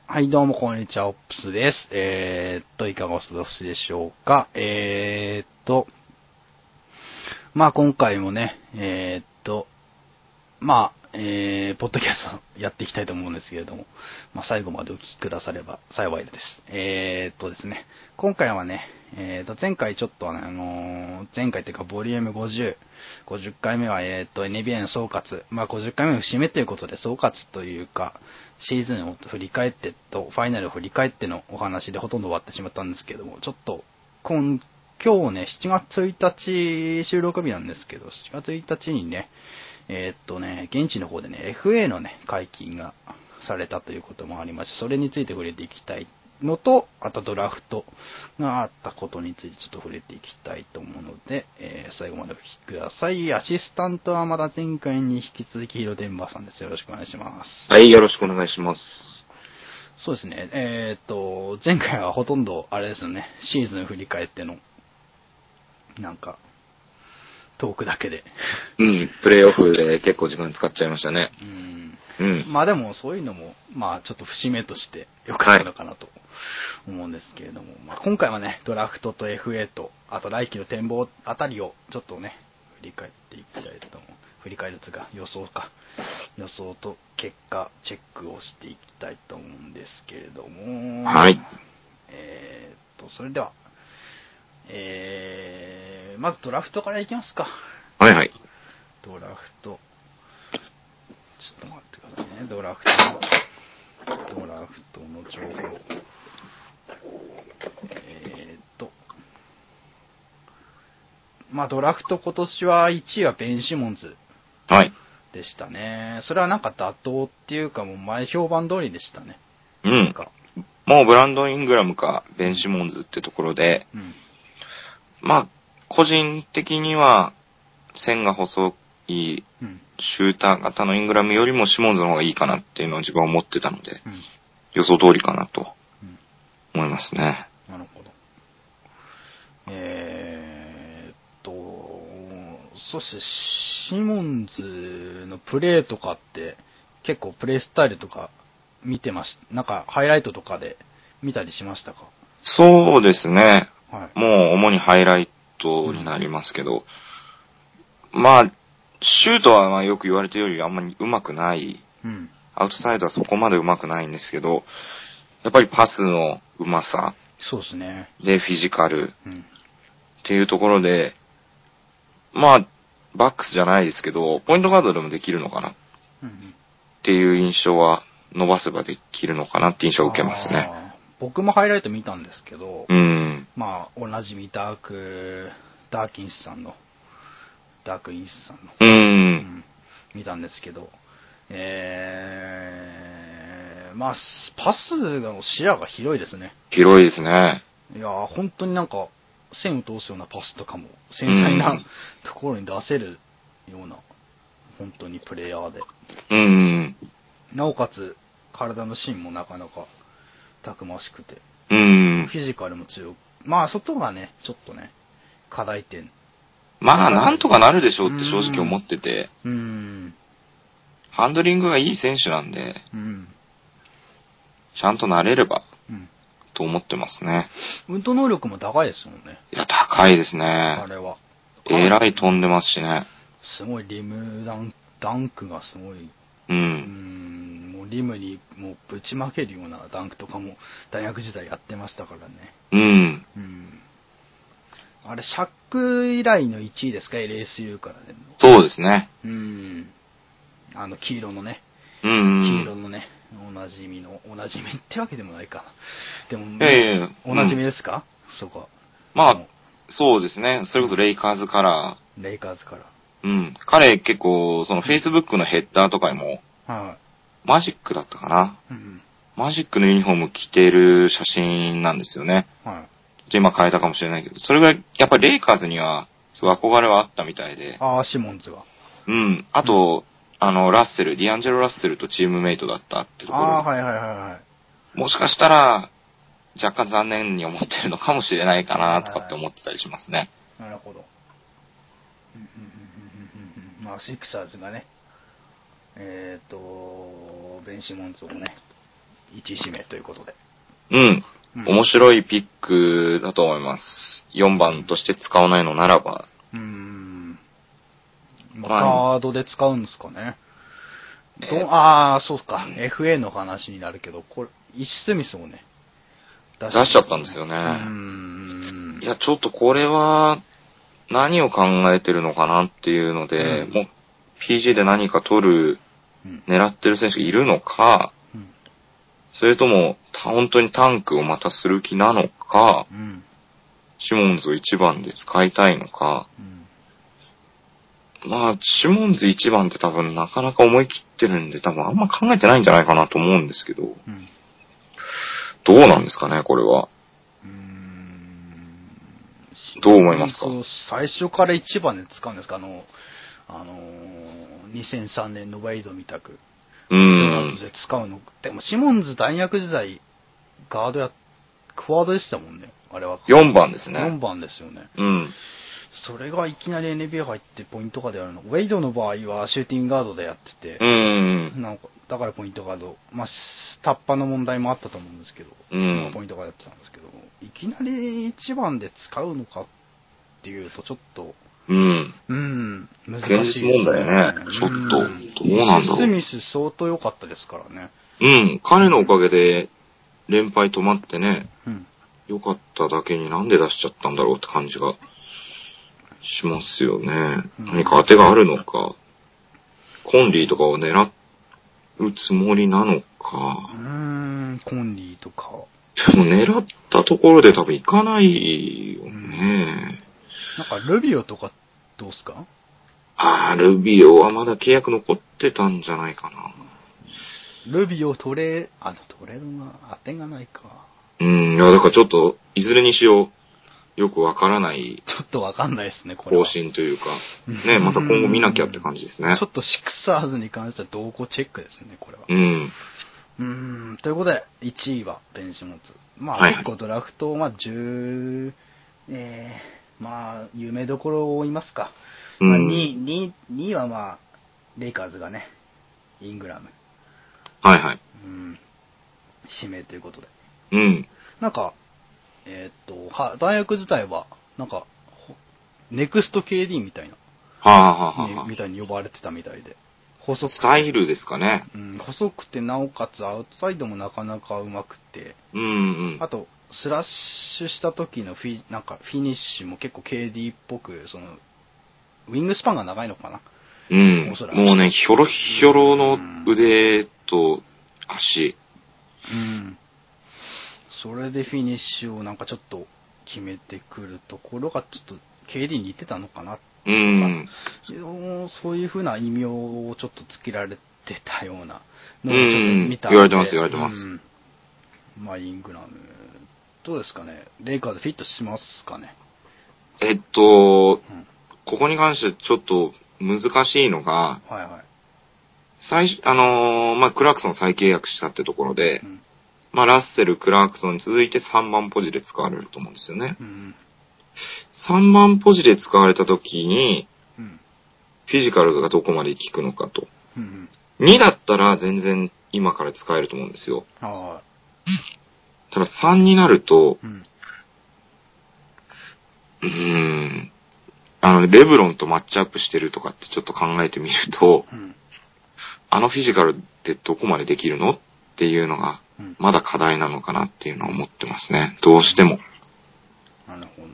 はい、どうもこんにちは、オップスです。いかがお過ごしでしょうか。まあ今回もね、ポッドキャストやっていきたいと思うんですけれども、まあ最後までお聞きくだされば幸いです。ですね、今回はね、前回ちょっと前回というかボリューム50回目はNBA の総括、まあ50回目の節目ということで総括というか、シーズンを振り返ってと、ファイナルを振り返ってのお話でほとんど終わってしまったんですけども、ちょっと、今日ね、7月1日収録日なんですけど、7月1日にね、現地の方でね、FA のね、解禁がされたということもありまして、それについて触れていきたいのと、あとドラフトがあったことについてちょっと触れていきたいと思うので、最後までお聞きください。アシスタントはまだ前回に引き続きヒロデンバーさんです。よろしくお願いします。 はい、よろしくお願いします。 そうですね。前回はほとんどあれですよね、シーズン振り返っての、なんか、トークだけで。 うん、プレイオフで結構時間使っちゃいましたね。 うん。まあでもそういうのも、まあちょっと節目として良かったのかなと思うんですけれども、まあ今回はね、ドラフトと FA と、あと来季の展望あたりをちょっとね、振り返っていきたいと思う。振り返るつが予想と結果チェックをしていきたいと思うんですけれども、 はい。 それでは、まずドラフトからいきますか。 はいはい。 ドラフト。ちょっと待ってくださいね。ドラフトの情報。まあドラフト今年は1位はベン・シモンズでしたね。はい、それはなんか妥当っていうかもう前評判通りでしたね。 うん。もうブランドン・イングラムかベン・シモンズってところで、まあ個人的には線が細いシューター型のイングラムよりもシモンズの方がいいかなっていうのを自分は思ってたので、予想通りかなと思いますね。 なるほど。そしてシモンズのプレーとかって結構プレースタイルとか見てました。なんかハイライトとかで見たりしましたか？ そうですね。 はい、 もう主にハイライトになりますけど、まあ、シュートはまあよく言われてるよりあんまり上手くない。アウトサイドはそこまで上手くないんですけど、やっぱりパスの上手さ。 そうですね。 で、フィジカル。っていうところで、まあ、バックスじゃないですけど、ポイントガードでもできるのかな。っていう印象は、伸ばせばできるのかなって印象を受けますね。 僕もハイライト見たんですけど、 うん。 まあ、おなじみダークインスさんの、見たんですけど、まあ、パスの視野が広いですね。 広いですね。 いやー、本当になんか、線を通すようなパスとかも、繊細なところに出せるような、本当にプレイヤーで。なおかつ、体の芯もなかなかたくましくて、フィジカルも強く、まあ、外がね、ちょっとね、課題点。 まあ、なんとかなるでしょうって正直思ってて、ハンドリングがいい選手なんで、ちゃんとなれれば、と思ってますね。 運動能力も高いですもんね。 いや、高いですね。 あれは。 えらい飛んでますしね。 すごいリムダンクがすごい。もうリムにもうぶちまけるようなダンクとかも大学時代やってましたからね。あれ、シャック以来の1位ですか、LSU からね。 そうですね。 黄色のね。黄色のね、おなじみってわけでもないかな。でも、おなじみですか、そこは。 まあ、そうですね。それこそレイカーズカラー。 彼結構、その Facebook のヘッダーとかにも、マジックだったかな。マジックのユニフォーム着てる写真なんですよね。今変えたかもしれないけど、それぐらい、やっぱりレイカーズには、すごい憧れはあったみたいで。 シモンズが。 あと、ラッセル、ディアンジェロ・ラッセルとチームメイトだったってところで。もしかしたら、若干残念に思ってるのかもしれないかなとかって思ってたりしますね。 なるほど。まあ、シクサーズがね、ベン・シモンズをね、 1位指名ということで。 うん。面白いピックだと思います。4番として使わないのならば。 カードで使うんですかね。そうか。FA の話になるけど、これ、イシスミスをね、 出しちゃったんですよね。いや、ちょっとこれは、何を考えてるのかなっていうので、もう、PG で何か取る、狙ってる選手がいるのか、それとも、本当にタンクをまたする気なのか、シモンズを1番で使いたいのか、まあ、シモンズ1番って多分なかなか思い切ってるんで、多分あんま考えてないんじゃないかなと思うんですけど、どうなんですかね、これは。どう思いますか？ 最初から1番で使うんですか2003年のウェイドみたく。ドラフトで使うの。でも、シモンズ大学時代、クワードでしたもんね。あれは。 4番ですね。 4番ですよね。それがいきなり NBA 入ってポイントガードやるの。ウェイドの場合はシューティングガードでやってて、だからポイントガード。まあ、タッパの問題もあったと思うんですけど、ポイントガードやってたんですけど、いきなり1番で使うのかっていうとちょっと、難しいですね。現実問題ね。ちょっと、どうなんだろう。 スミス相当良かったですからね。 彼のおかげで連敗止まってね、良かっただけになんで出しちゃったんだろうって感じがしますよね。何か当てがあるのか、コンリーとかを狙うつもりなのか。 コンリーとか。 でも狙ったところで多分行かないよね。 なんかルビオとかどうすか？ ルビオはまだ契約残ってたんじゃないかな。 ルビオトレードが当てがないか。 いや、だからちょっと、いずれにしよう、よくわからない。 ちょっとわかんないですね、これは。 方針というか。ね、また今後見なきゃって感じですね。 ちょっとシクサーズに関しては動向チェックですね、これは。ということで、1位はベンシモンズ。まあ、結構ドラフト、まあ、有名どころを言いますか。2位はまあ、レイカーズがね、イングラム。指名ということで。なんか、大学自体は、なんか、ネクスト KD みたいな。みたいに呼ばれてたみたいで。 細くて。スタイルですかね。 細くて、なおかつアウトサイドもなかなか上手くて。あと、スラッシュした時のなんかフィニッシュも結構 KD っぽく、ウィングスパンが長いのかな。 もうね、ひょろひょろの腕と足。 それでフィニッシュをなんかちょっと決めてくるところがちょっと KD に似てたのかな。そういう風な異名をちょっとつけられてたようなのをちょっと見たんで。 言われてます。 まあ、イングラム、どうですかね。レイカーズフィットしますかね。 ここに関してちょっと難しいのが、クラークソン再契約したってところで、ラッセル、クラークソンに続いて3番ポジで使われると思うんですよね。3番ポジで使われた時に、フィジカルがどこまで効くのかと。2だったら全然今から使えると思うんですよ。ただ3になると、レブロンとマッチアップしてるとかってちょっと考えてみると、あのフィジカルってどこまでできるのっていうのが、まだ課題なのかなっていうのは思ってますね。どうしても。 なるほど。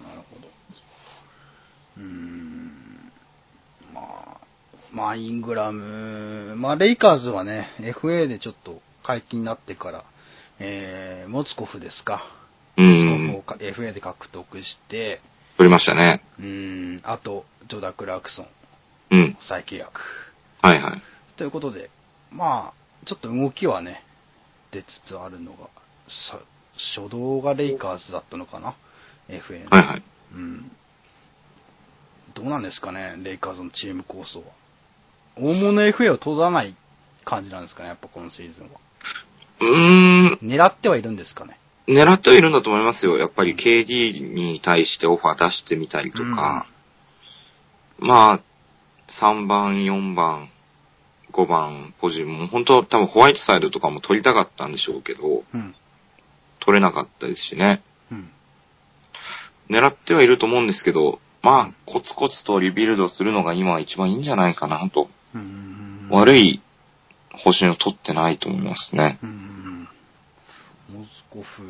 まあ、イングラム、レイカーズはね、FA でちょっと解禁になってから、モツコフですか。モツコフを FA で獲得して、 取りましたね。 あと、ジョダ・クラークソン。再契約。ということで、まあ、ちょっと動きはね、出つつあるのが、初動がレイカーズだったのかな ?FA の。どうなんですかね、レイカーズのチーム構想は。大物 FA を取らない感じなんですかね、やっぱこのシーズンは。狙ってはいるんですかね。 狙ってはいるんだと思いますよ。やっぱり KD に対してオファー出してみたりとか、3番、4番 5番ポジも、本当多分ホワイトサイドとかも取りたかったんでしょうけど、 うん、 取れなかったですしね。 うん、 狙ってはいると思うんですけど、まあ、コツコツとリビルドするのが今は一番いいんじゃないかなと。悪い方針を取ってないと思いますね。 モズコフ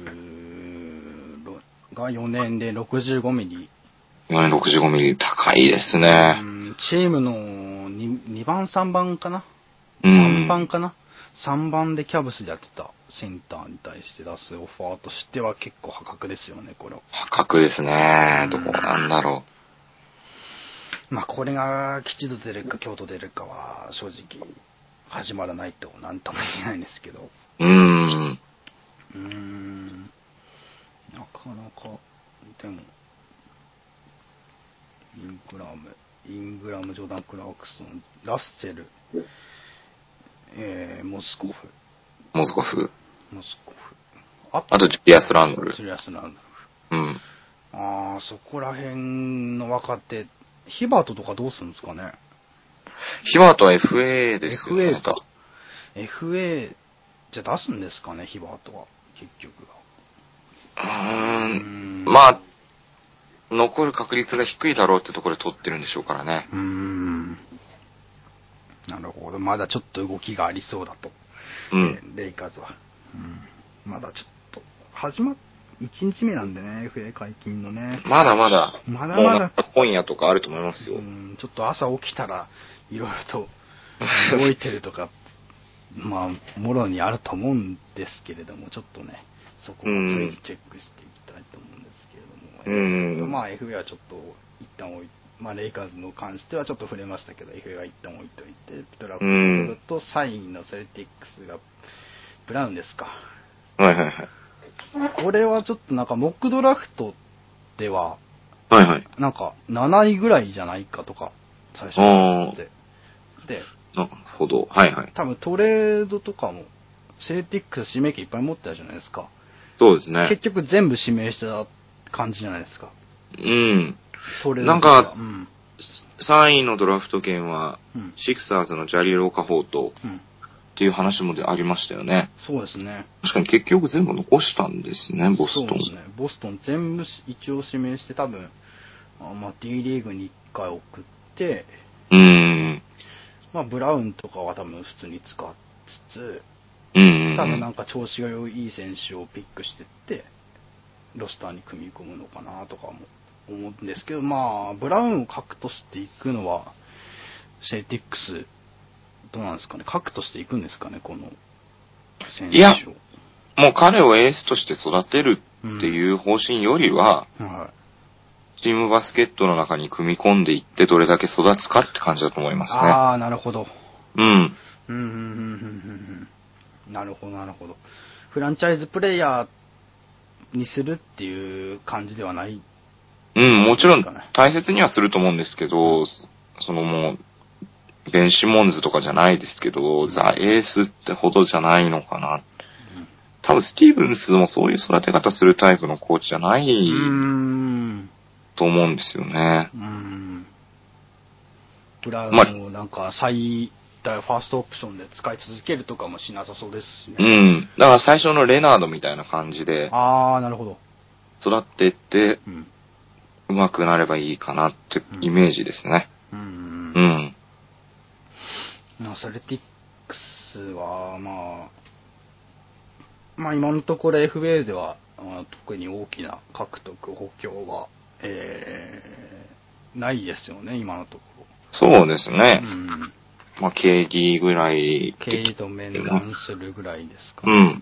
が4年で65ミリ。 4年65ミリ高いですね。 チームの 2番3番かな ?3 番かな ?3 番でキャブスでやってたセンターに対して出すオファーとしては結構破格ですよね、これは。 破格ですね。どこなんだろう。まあ、これが吉と出るか京都出るかは正直始まらないと何とも言えないんですけど。なかなか、でも、イングラム、ジョーダン・クラークソン、ラッセル、モスコフ。 あと、ジュリアス・ランドル。 そこら辺の若手、ヒバートとかどうするんですかね。 ヒバートは FA ですよね。 FA か。FA じゃ出すんですかね、ヒバートは。結局は。 まあ、残る確率が低いだろうってところで取ってるんでしょうからね。 なるほど。まだちょっと動きがありそうだと。レイカーズは。まだちょっと、1日目なんでね、FA 解禁のね。 まだまだ今夜とかあると思いますよ。 ちょっと朝起きたら、いろいろと動いてるとか、まあ、もろにあると思うんですけれども、ちょっとね、そこを随時チェックしていきたいと思うんですけれども、まあ FA はちょっと一旦まあレイカーズの関してはちょっと触れましたけど、FA は一旦置いといて、ドラフトを取ると3位のセルティックスがブラウンですか。これはちょっとなんかモックドラフトでは、なんか7位ぐらいじゃないかとか、最初に言って。で、 なるほど。 多分トレードとかも、セルティックス指名権いっぱい持ってたじゃないですか。 そうですね。 結局全部指名した感じじゃないですか。 なんか、3位のドラフト権は、シクサーズのジャリー・ローカフォートっていう話もありましたよね。 そうですね。 確かに結局全部残したんですね、ボストン。 そうですね。ボストン全部一応指名して多分、まあ D リーグに1回送って、まあブラウンとかは多分普通に使っつつ、多分なんか調子がいい選手をピックしてって、ロスターに組み込むのかなとかも思うんですけど、まあ、ブラウンを核としていくのは、セルティックス、どうなんですかね、核としていくんですかね、この選手を。 いや、もう彼をエースとして育てるっていう方針よりは、チームバスケットの中に組み込んでいってどれだけ育つかって感じだと思いますね。 なるほど。なるほど。フランチャイズプレイヤーにするっていう感じではない、 もちろん大切にはすると思うんですけど、もう、ベン・シモンズとかじゃないですけど、ザ・エースってほどじゃないのかな。多分スティーブンスもそういう育て方するタイプのコーチじゃないと思うんですよね。 ブラウンをなんかファーストオプションで使い続けるとかもしなさそうですしね。 だから最初のレナードみたいな感じで、 なるほど。 育っていって、上手くなればいいかなってイメージですね。 セルティックスは、まあ今のところ FA では、特に大きな獲得補強は、ないですよね、今のところ。 そうですね。まあ、KD ぐらい。 KD と面談するぐらいですかね。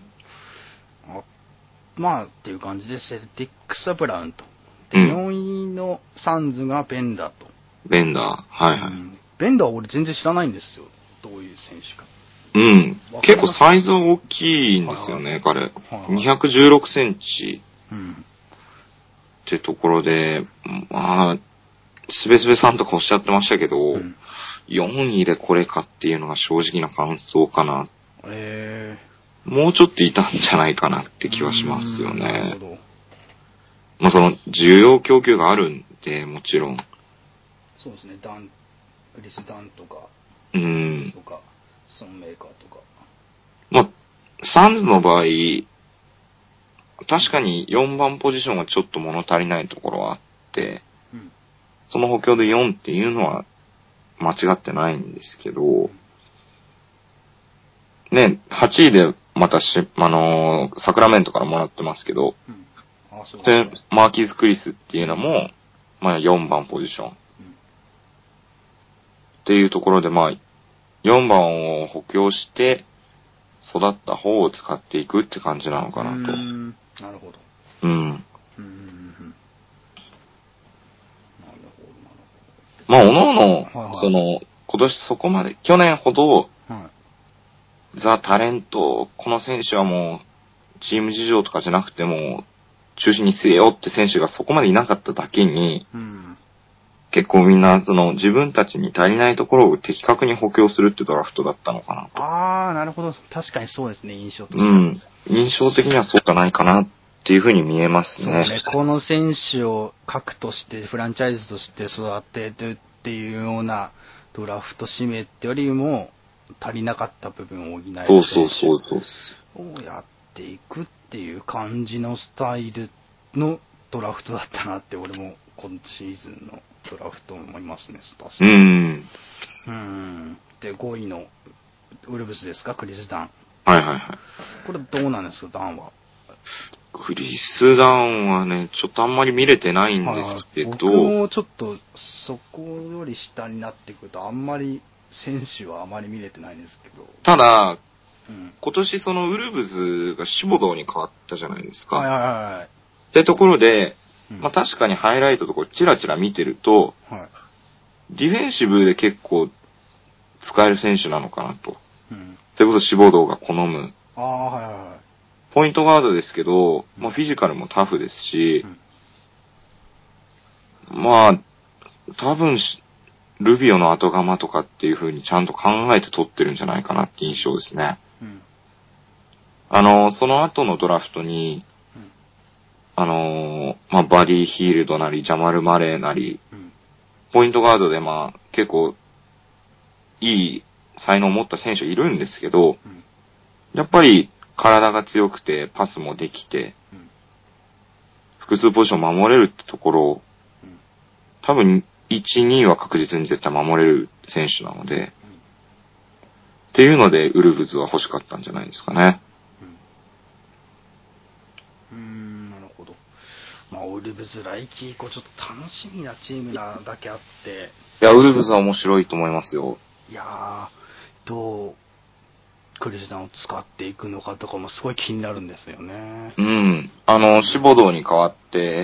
まあ、っていう感じで、セルティックスはブラウンと。で、4位のサンズがベンダーと。 ベンダー。 ベンダーは俺全然知らないんですよ。どういう選手か。 結構サイズは大きいんですよね、彼。216センチ。ってところで、まあ、スベスベさんとかおっしゃってましたけど、4位でこれかっていうのが正直な感想かな。もうちょっといたんじゃないかなって気はしますよね。まあ需要供給があるんで、もちろん。 そうですね、クリス・ダンとか、 そのメーカーとか。 まあ、サンズの場合、確かに4番ポジションがちょっと物足りないところはあって、うん、その補強で4っていうのは間違ってないんですけど、うん、ね、8位でまたサクラメントからもらってますけど、うん、で、マーキーズ・クリスっていうのも、まあ4番ポジション。うん、っていうところで、まあ、4番を補強して、育った方を使っていくって感じなのかなと。 なるほど。 うん。なるほど。まあ、おのおの、今年そこまで、去年ほど、はい、ザ・タレント、この選手はもう、チーム事情とかじゃなくても、中心に据えようって選手がそこまでいなかっただけに、結構みんな、自分たちに足りないところを的確に補強するってドラフトだったのかなと。 ああ、なるほど。確かにそうですね、印象としては。うん。印象的にはそうじゃないかなっていうふうに見えますね。そうね。この選手を核として、フランチャイズとして育てるっていうようなドラフト指名ってよりも、足りなかった部分を補える選手をやっていくっていう感じのスタイルのドラフトだったなって、俺も今シーズンのドラフト思いますね、で、5位のウルブスですか、クリス・ダン。 はいはいはい。 これどうなんですか、ダンは。 クリス・ダンはね、ちょっとあんまり見れてないんですけど。僕もちょっとそこより下になってくると、あんまり選手はあまり見れてないんですけど。 ただ、今年そのウルブズがシボドーに変わったじゃないですか。 はいはいはい。 ってところで、まあ確かにハイライトとかチラチラ見てると、はい、ディフェンシブで結構使える選手なのかなと。それこそ志望道が好む。 はいはいはい。 ポイントガードですけど、まあフィジカルもタフですし、まあ、多分、ルビオの後釜とかっていう風にちゃんと考えて取ってるんじゃないかなって印象ですね。その後のドラフトに、まあ、バディ・ヒールドなり、ジャマル・マレーなり、ポイントガードでまあ、結構、いい才能を持った選手いるんですけど、やっぱり体が強くて、パスもできて、複数ポジション守れるってところを、多分、1、2は確実に絶対守れる選手なので、っていうので、ウルブズは欲しかったんじゃないですかね。 なるほど。まあ、ウルブズ来季以降ちょっと楽しみなチームなだけあって。 いや、ウルブズは面白いと思いますよ。 いやー、どう、クリスタンを使っていくのかとかもすごい気になるんですよね。 シボドーに変わって、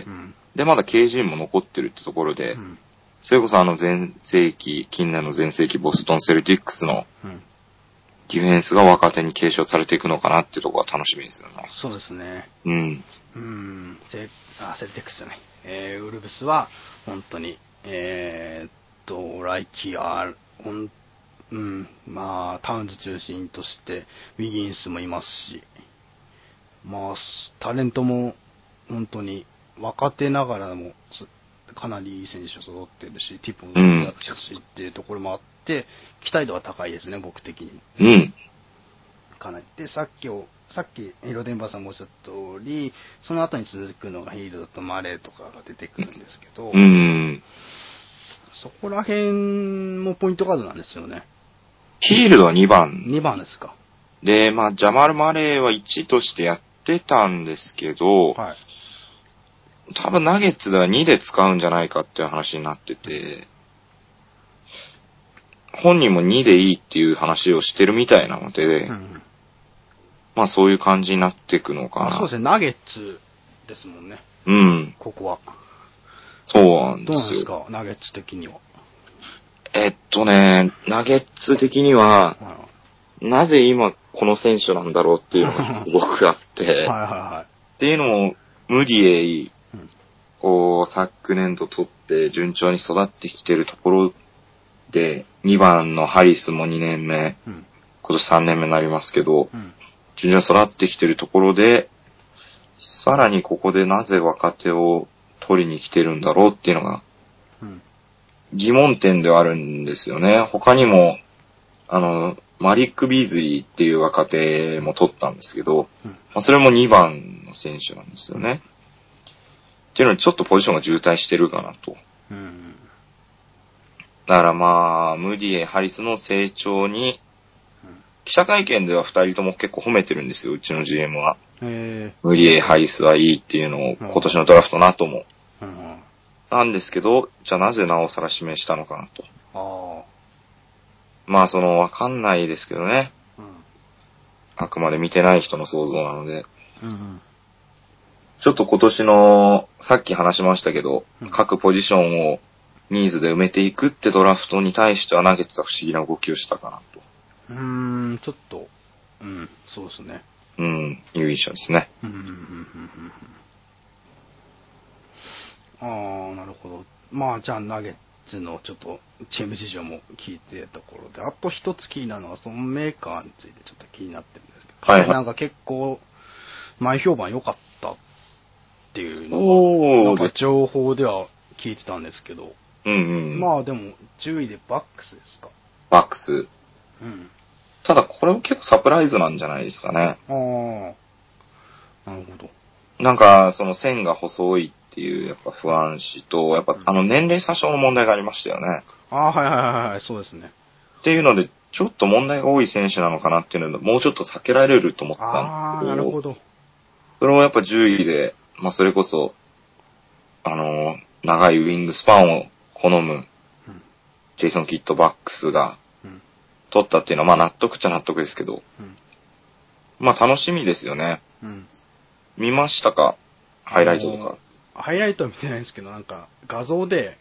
で、まだ KG も残ってるってところで、それこそ近年の全盛期ボストンセルティックスの、ディフェンスが若手に継承されていくのかなっていうところが楽しみですよね。 そうですね。セルティックスじゃない。ウルブスは、本当に、来季は、まあ、タウンズ中心として、ウィギンスもいますし、まあ、タレントも、本当に、若手ながらも、かなりいい選手揃ってるし、ティップもやったしっていうところもあって、期待度は高いですね、僕的に。かなり。で、さっきヒロデンバーさんもおっしゃった通り、その後に続くのがヒールドとマレーとかが出てくるんですけど、そこら辺もポイントガードなんですよね。 ヒールドは2番。 2番ですか。 で、まあ、ジャマル・マレーは1としてやってたんですけど、はい、多分ナゲッツでは2で使うんじゃないかっていう話になってて、本人も2でいいっていう話をしてるみたいなので、まあそういう感じになっていくのかな。 そうですね、ナゲッツですもんね。ここは。 そうなんですよ。 どうなんですか、ナゲッツ的には。 ナゲッツ的には、なぜ今この選手なんだろうっていうのがすごくあって、っていうのも、ムディエイ、昨年度取って順調に育ってきてるところで、2番のハリスも2年目、今年3年目になりますけど、順調に育ってきてるところで、さらにここでなぜ若手を取りに来てるんだろうっていうのが、疑問点ではあるんですよね。他にも、 マリック・ビーズリーっていう若手も取ったんですけど、まあ、それも2番の選手なんですよね。っていうのにちょっとポジションが渋滞してるかなと。だからまあ、ムディエ、ハリスの成長に、記者会見では2人とも結構褒めてるんですよ、うちの GM は。ムディエ、ハリスはいいっていうのを今年のドラフトの後も。なんですけど、じゃあなぜなおさら指名したのかなと。まあわかんないですけどね。あくまで見てない人の想像なので。ちょっと今年の、さっき話しましたけど、各ポジションをニーズで埋めていくってドラフトに対しては投げてた不思議な動きをしたかなと。 ちょっと、そうですね。 いう印象ですね。 なるほど。まあ、じゃあ、ナゲッツのちょっと、チーム事情も聞いてたところで、あと一つ気になるのは、そのメーカーについてちょっと気になってるんですけど、彼なんか結構、前評判良かったっていうのが、なんか情報では聞いてたんですけど、まあでも、10位でバックスですか。 バックス。ただこれも結構サプライズなんじゃないですかね。 なるほど。 なんか、その線が細いっていう、やっぱ不安視と、やっぱ年齢詐称の問題がありましたよね。 はい、そうですね。 っていうので、ちょっと問題が多い選手なのかなっていうので、もうちょっと避けられると思ったんですけど。 なるほど。 それをやっぱ10位で、まあそれこそ、長いウィングスパンを好む、ジェイソン・キッドバックスが、取ったっていうのは、まあ納得っちゃ納得ですけど、まあ楽しみですよね。見ましたか？ハイライトとか。 ハイライトは見てないんですけど、なんか画像で、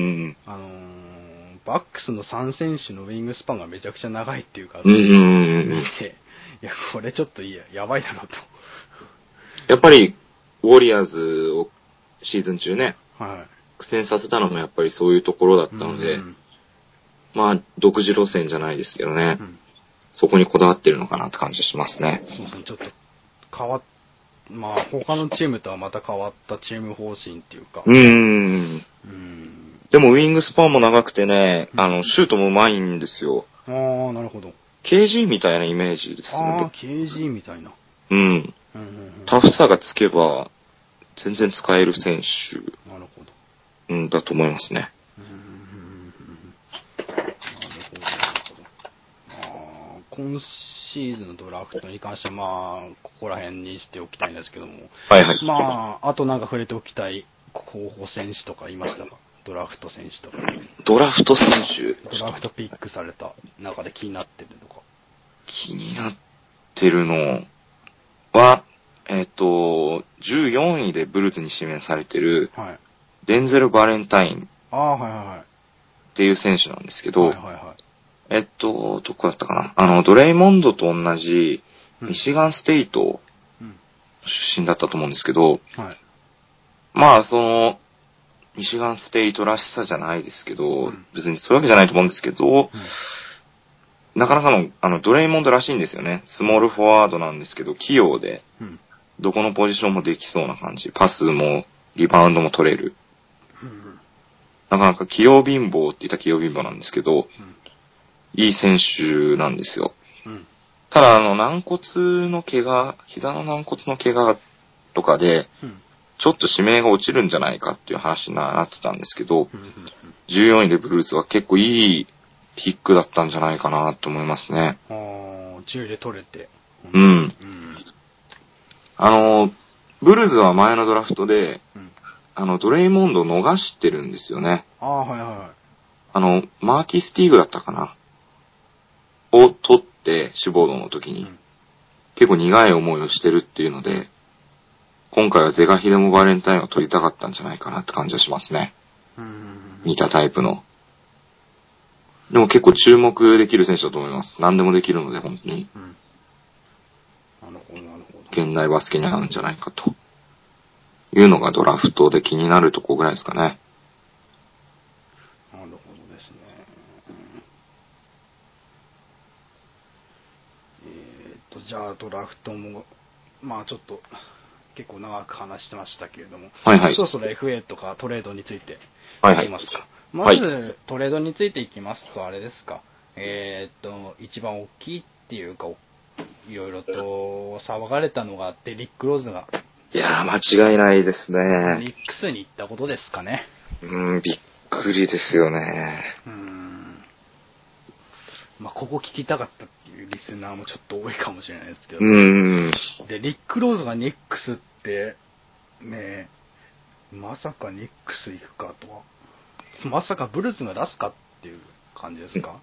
バックスの3選手のウィングスパンがめちゃくちゃ長いっていう画像を見て、いや、これちょっとやばいだろうと。 やっぱり、ウォリアーズをシーズン中ね、苦戦させたのもやっぱりそういうところだったので、まあ、独自路線じゃないですけどね、そこにこだわってるのかなって感じしますね。 そうですね、ちょっとまあ、他のチームとはまた変わったチーム方針っていうか。 でもウィングスパンも長くてね、シュートも上手いんですよ。 なるほど。 KG みたいなイメージですね。 KG みたいな。 タフさがつけば、全然使える選手。 なるほど。 だと思いますね。 今シーズンのドラフトに関しては、まあ、ここら辺にしておきたいんですけども。まあ、あとなんか触れておきたい候補選手とかいましたか？ドラフト選手とか。 ドラフト選手？ ドラフトピックされた中で気になってるとか。 気になってるのは、14位でブルズに指名されてる、デンゼル・バレンタインっていう選手なんですけど、どこだったかな、ドレイモンドと同じミシガンステイト出身だったと思うんですけど、まあミシガンステイトらしさじゃないですけど、別にそういうわけじゃないと思うんですけど、なかなかのドレイモンドらしいんですよね。スモールフォワードなんですけど、器用で、どこのポジションもできそうな感じ。パスもリバウンドも取れる。なかなか器用貧乏って言ったら器用貧乏なんですけど、いい選手なんですよ。ただ軟骨の怪我、膝の軟骨の怪我とかで、ちょっと指名が落ちるんじゃないかっていう話になってたんですけど、14位でブルーズは結構いいピックだったんじゃないかなと思いますね。 10位で取れて。 ブルーズは前のドラフトで、ドレイモンドを逃してるんですよね。マーキー・スティーグだったかなを取って、志望動の時に、結構苦い思いをしてるっていうので、今回はゼガヒレモ・バレンタインを取りたかったんじゃないかなって感じはしますね。似たタイプの。でも結構注目できる選手だと思います。何でもできるので、本当に。現代バスケに合うんじゃないかと。いうのがドラフトで気になるとこぐらいですかね。 なるほどですね。じゃあドラフトも、まあちょっと結構長く話してましたけれども、そろそろ FA とかトレードについていきますか。まず、トレードについていきますと、あれですか。 一番大きいっていうか、いろいろと騒がれたのがあって、リック・ローズが。 いやー、間違いないですね。 ニックスに行ったことですかね。 びっくりですよね。 まあ、ここ聞きたかったっていうリスナーもちょっと多いかもしれないですけど。で、リック・ローズがニックスって、ねえ、まさかニックス行くかとは。まさかブルーズが出すかっていう感じですか？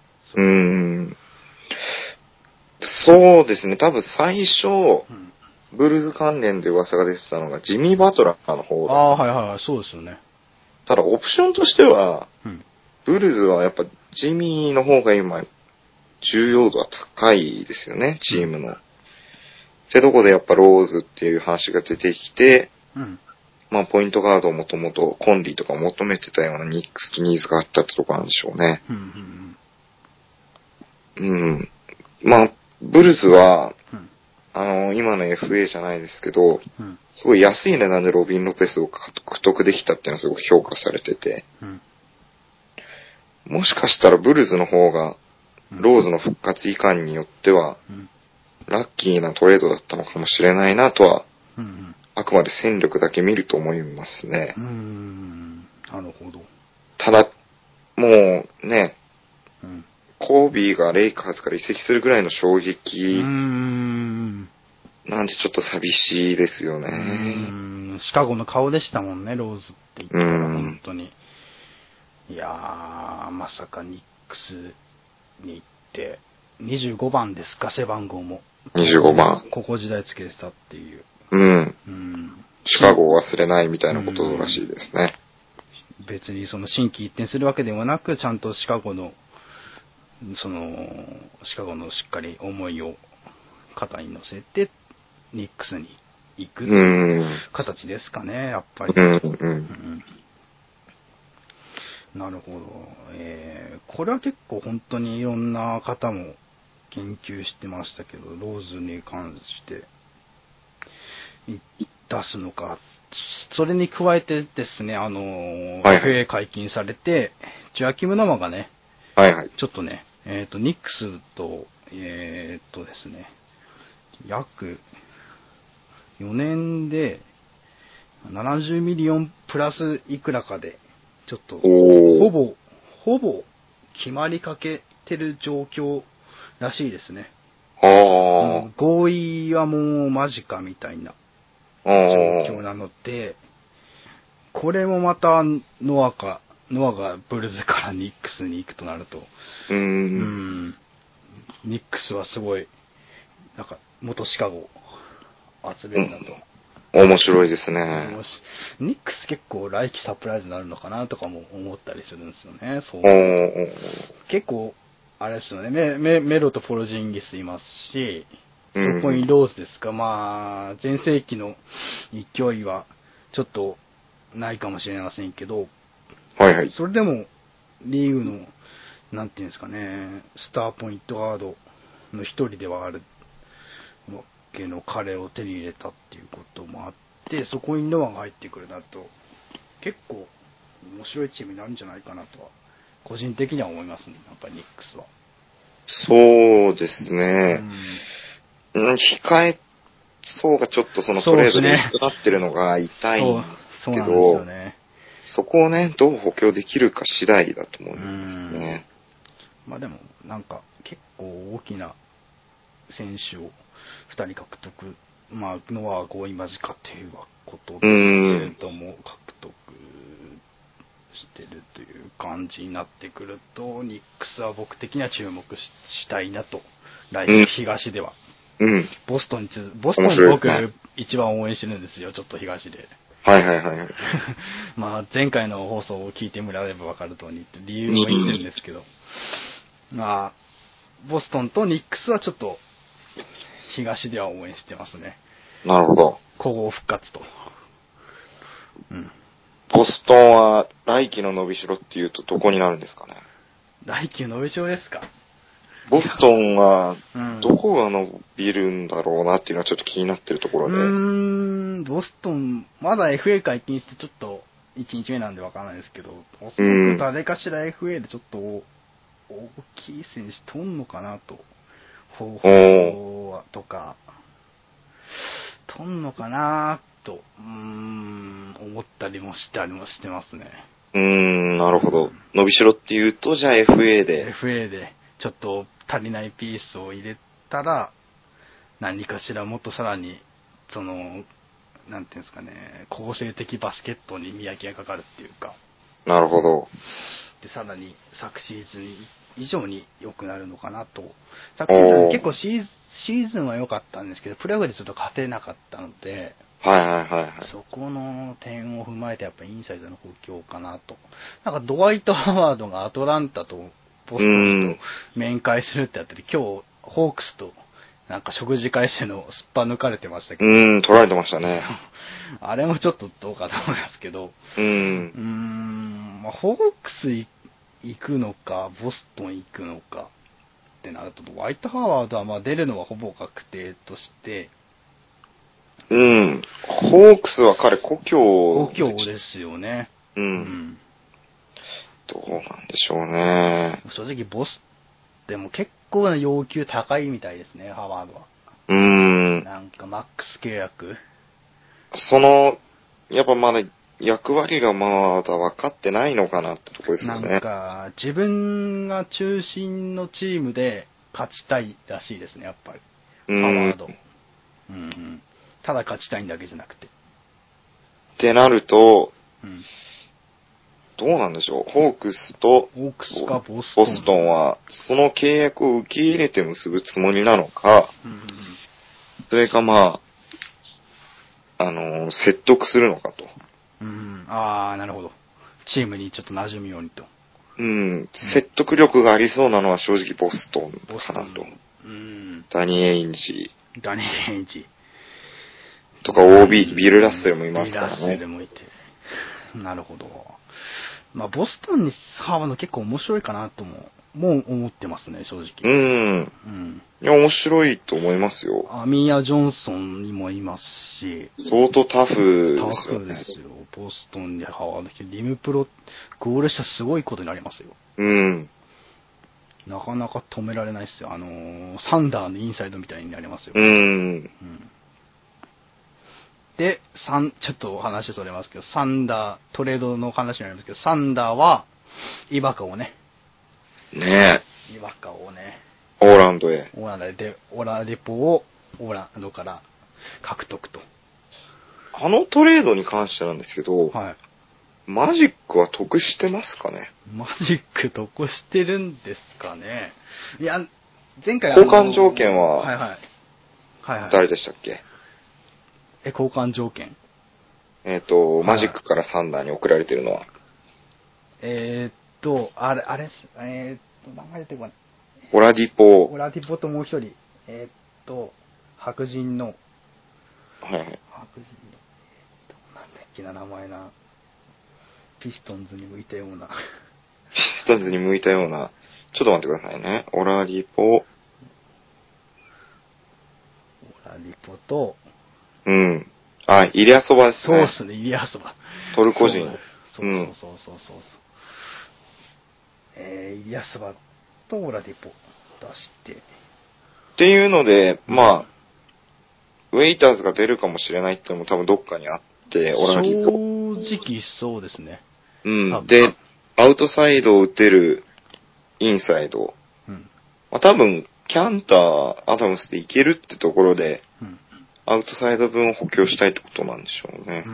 そうですね。多分最初、ブルーズ関連で噂が出てたのがジミー・バトラーの方だ。 はいはい、そうですよね。 ただオプションとしては、ブルーズはやっぱジミーの方が今、重要度は高いですよね、チームの。ってとこでやっぱローズっていう話が出てきて、まあポイントガードをもともとコンリーとか求めてたようなニックスとニーズがあったってとこなんでしょうね。まあ、ブルーズは、今の FA じゃないですけど、すごい安い値段でロビン・ロペスを獲得できたっていうのはすごく評価されてて、もしかしたらブルーズの方が、ローズの復活以下によっては、ラッキーなトレードだったのかもしれないなとは、あくまで戦力だけ見ると思いますね。 なるほど。 ただ、もうね、コービーがレイカーズから移籍するぐらいの衝撃なんでちょっと寂しいですよね。 シカゴの顔でしたもんね、ローズって言ったら本当に。いやー、まさかニックスに行って、25番ですか、背番号も。 25番。 高校時代つけてたっていう。 シカゴを忘れないみたいなことらしいですね。 別にその新規一転するわけでもなく、ちゃんとシカゴのしっかり思いを肩に乗せて、ニックスに行く形ですかね、やっぱり。なるほど。これは結構本当にいろんな方も研究してましたけど、ローズに関して出すのか。それに加えてですね、FA 解禁されて、ジョアキム・ナマがね、ちょっとね、ニックスと、ですね、約4年で70ミリオンプラスいくらかで、ちょっと、ほぼ決まりかけてる状況らしいですね。合意はもう間近みたいな状況なので、これもまたノアがブルズからニックスに行くとなると、ニックスはすごい、なんか元シカゴを集めるなと。 面白いですね。 ニックス結構来季サプライズになるのかなとかも思ったりするんですよね。結構、あれですよね、メロとポロジンギスいますし、そこにローズですか、まあ、前世紀の勢いはちょっとないかもしれませんけど、それでもリーグの、なんていうんですかね、スターポイントガードの一人ではあるわけの彼を手に入れたっていうこともあって、そこにノアが入ってくるなと、結構面白いチームになるんじゃないかなとは、個人的には思いますね、やっぱりニックスは。 そうですね。控え層がちょっとそのトレードで薄くなってるのが痛いんですけど、そこをね、どう補強できるか次第だと思いますね。 まあでも、なんか結構大きな選手を2人獲得、まあ、ノア合意間近っていうことですけれども、獲得してるという感じになってくると、ニックスは僕的には注目したいなと、来年東では。ボストン僕一番応援してるんですよ、ちょっと東で。まあ前回の放送を聞いてもらえれば分かる通り理由を言ってるんですけど、まあボストンとニックスはちょっと東では応援してますね。 なるほど。 古豪復活と。 ボストンは来季の伸びしろっていうとどこになるんですかね。 来季の伸びしろですか。 ボストンはどこが伸びるんだろうなっていうのはちょっと気になってるところで。 ボストン、まだ FA 解禁してちょっと1日目なんでわからないですけど、おそらく誰かしら FA でちょっと大きい選手取んのかなと。方法はとか、取んのかなと、思ったりもしたりもしてますね。 なるほど。伸びしろっていうと、じゃあ FA で。 FA で、ちょっと足りないピースを入れたら、何かしらもっとさらに、なんていうんですかね、構成的バスケットに磨きがかかるっていうか。 なるほど。 で、さらに昨シーズン以上に良くなるのかなと。昨シーズン結構シーズンは良かったんですけど、プレーオフでちょっと勝てなかったので、そこの点を踏まえてやっぱインサイドの補強かなと。なんかドワイト・ハワードがアトランタとボストンと面会するってやってて、今日ホークスとなんか食事会してのすっぱ抜かれてましたけど。 取られてましたね。 あれもちょっとどうかと思いますけど。まあ、ホークス行くのか、ボストン行くのかってなると、ホワイト・ハワードはまあ出るのはほぼ確定として、 ホークスは彼故郷ですよね。 どうなんでしょうね。 正直ボスでも結構な要求高いみたいですね、ハワードは。なんかマックス契約。 やっぱまだ役割がまだ分かってないのかなってとこですよね。 なんか自分が中心のチームで勝ちたいらしいですね、やっぱり。ハワード。ただ勝ちたいんだけじゃなくて。 ってなると、どうなんでしょう。ホークスかボストンは、その契約を受け入れて結ぶつもりなのか、それかまあ、説得するのかと。 なるほど。チームにちょっと馴染むようにと。 説得力がありそうなのは正直ボストンかなと。ダニー・エインジ。とか OB、ビル・ラッセルもいますからね。ビル・ラッセルもいて。 なるほど。まあ、ボストンにハーバード結構面白いかなとも思ってますね、正直。 いや、面白いと思いますよ。 アミヤ・ジョンソンにもいますし。 相当タフですよね。 タフですよ。ボストンにハワード来て、リムプロ、ゴールしたらすごいことになりますよ。なかなか止められないですよ。サンダーのインサイドみたいになりますよ。で、ちょっと話それますけど、サンダー、トレードの話になりますけど、サンダーは、イバカをね。イバカをね。 オーランドで、 オラデポをオーランドから獲得と。 あのトレードに関してなんですけど、マジックは得してますかね？ マジック得してるんですかね？いや、前回交換条件は、誰でしたっけ？ 交換条件？ マジックからサンダーに送られてるのは。 あれ、名前出てこない。 オラディポともう一人、白人の、 白人の、なんだっけな、名前な。ピストンズに向いたような。 ちょっと待ってくださいね。オラディポと、 イリアソバですね。 そうですね、イリアソバ。 トルコ人。 そう。イリアソバとオラディポ出して。 っていうので、まあ、ウェイターズが出るかもしれないってのも多分どっかにあって、 オラディポ。正直そうですね。 で、アウトサイドを打てるインサイド。多分、キャンター、アダムスでいけるってところで、アウトサイド分を補強したいってことなんでしょうね。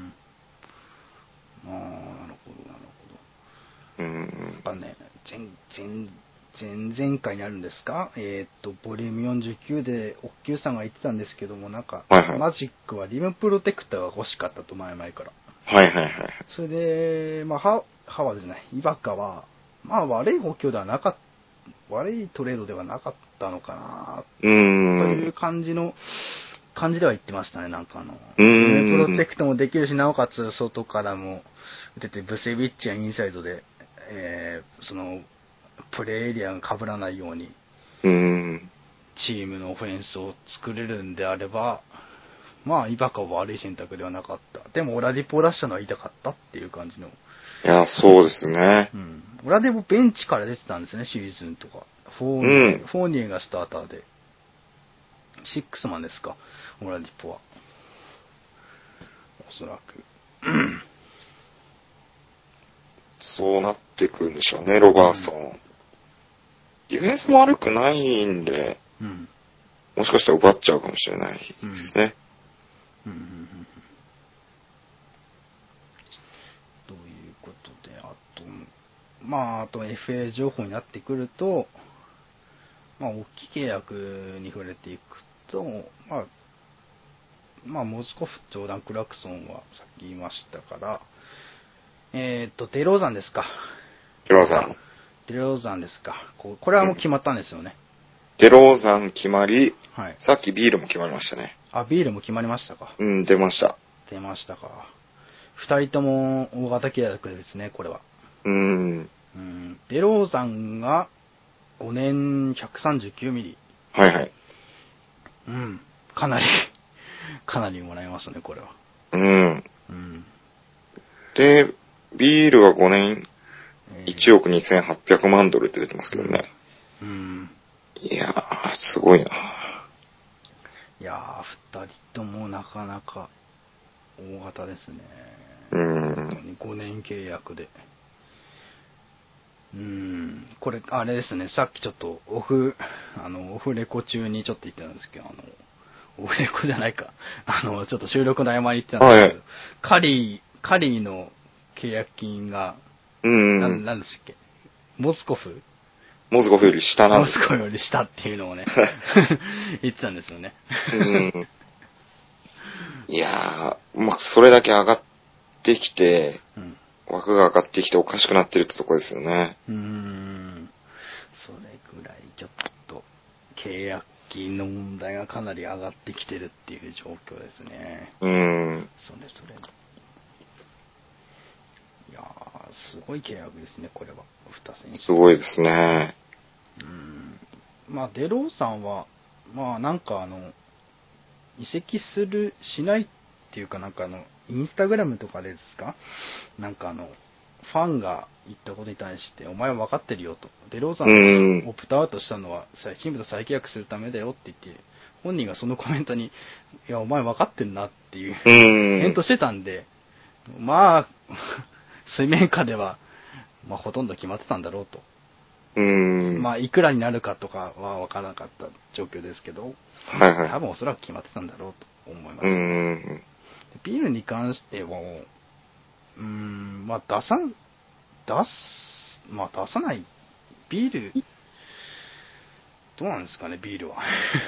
なるほど。やっぱね、前々回にあるんですか？ボリューム49で、オッキューさんが言ってたんですけども、なんか、マジックはリムプロテクターが欲しかったと、前々から。それで、まあ、ハワードじゃない、イバカは、まあ、悪い補強ではなかった、悪いトレードではなかったのかな、という感じでは言ってましたね、なんかリムプロテクトもできるし、なおかつ外からも打てて、ブセビッチやインサイドで、プレーエリアが被らないように、チームのオフェンスを作れるんであれば、 まあ、イバカは悪い選択ではなかった。でも、オラディポを出したのは痛かったっていう感じの。 いや、そうですね。 うん。オラディポベンチから出てたんですね、シーズンとか。フォーニエがスターターで。シックスマンですか、オラディポは。おそらく。 そうなってくるんでしょうね、ロバーソン。ディフェンスも悪くないんで、もしかしたら奪っちゃうかもしれないですね。 ということで、あと FA 情報になってくると、大きい契約に触れていくと、モズコフ、ジョーダン・クラクソンはさっき言いましたから、デローザンですか。デローザンですか。これはもう決まったんですよね。 デローザン決まり、はい、さっきビールも決まりましたね。 あ、ビールも決まりましたか。 出ました。 出ましたか。二人とも大型契約ですね、これは。デローザンが5年139ミリ。 はいはい。 かなりもらえますね、これは。 で、ビールは5年1億2800万ドルって出てますけどね。いやー、すごいな。 いやー、二人ともなかなか大型ですね。5年契約で。これ、あれですね、さっきちょっとオフレコ中にちょっと言ってたんですけど、オフレコじゃないか。ちょっと収録の合間に言ってたんですけど、カリーの契約金が、なんでしたっけ、モズコフより下なんです。 モズコフより下っていうのをね、言ってたんですよね。 いやー、それだけ上がってきて、枠が上がってきておかしくなってるってとこですよね。 それぐらいちょっと契約金の問題がかなり上がってきてるっていう状況ですね。それ。いやー、すごい契約ですね、これは。2選手。 すごいですね。 デローさんは、移籍しないっていうか、インスタグラムとかですか？ファンが言ったことに対して、お前は分かってるよと。デローザンがオプトアウトしたのは、チームと再契約するためだよって言って、本人がそのコメントに、いや、お前分かってるなっていう、返答してたんで、水面下では、ほとんど決まってたんだろうと。いくらになるかとかは分からなかった状況ですけど、多分おそらく決まってたんだろうと思います。ビールに関しては、出さない、ビール、どうなんですかね、ビールは。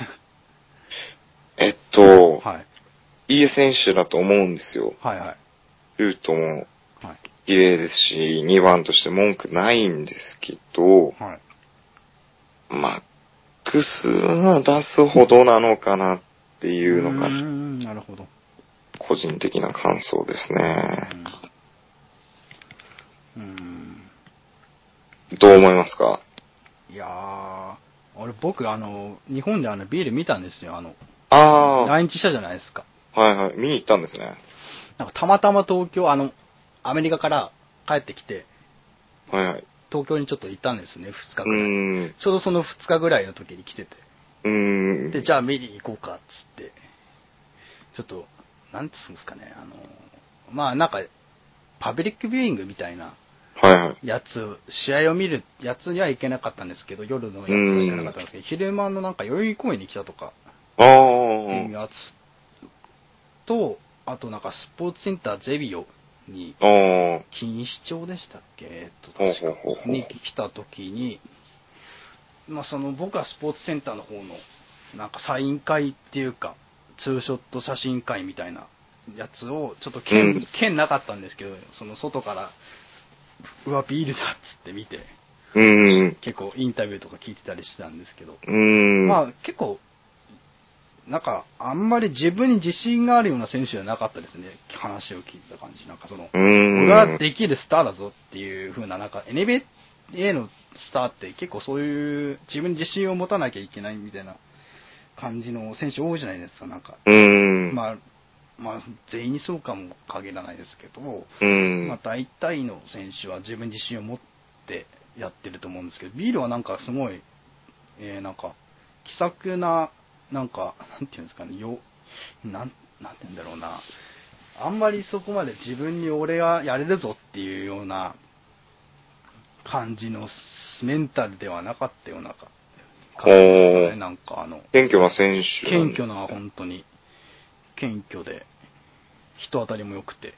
いい選手だと思うんですよ。ルートも綺麗ですし、2番として文句ないんですけど、マックスは出すほどなのかなっていうのが、 なるほど。 個人的な感想ですね。どう思いますか？ いやー、僕、日本でビール見たんですよ。来日したじゃないですか。 見に行ったんですね。 たまたま東京、アメリカから帰ってきて、東京にちょっと行ったんですね、2日ぐらい。ちょうどその2日ぐらいの時に来てて。で、じゃあ見に行こうか、つって。ちょっと、なんつうんですかね、パブリックビューイングみたいなやつ、試合を見るやつには行けなかったんですけど、夜のやつは行けなかったんですけど、昼間の代々木公園に来たとか、っていうやつと、あとスポーツセンターゼビオに、錦糸町でしたっけ確かに来た時に、僕はスポーツセンターの方の、サイン会っていうか、ツーショット写真会みたいなやつを、ちょっと券なかったんですけど、その外から、うわ、ビールだっつって見て、結構インタビューとか聞いてたりしてたんですけど、結構、あんまり自分に自信があるような選手じゃなかったですね。話を聞いた感じ。俺はできるスターだぞっていう風な、NBA のスターって結構そういう自分に自信を持たなきゃいけないみたいな感じの選手多いじゃないですか、なんか。まあ、全員にそうかも限らないですけど、まあ、大体の選手は自分自身を持ってやってると思うんですけど、ビールはなんかすごい、なんか、気さくな、なんか、なんていうんですかね、なんていうんだろうな、あんまりそこまで自分に俺がやれるぞっていうような感じのメンタルではなかったような感じですかね、なんか謙虚な選手。 謙虚な、本当に。謙虚で、人当たりも良くて。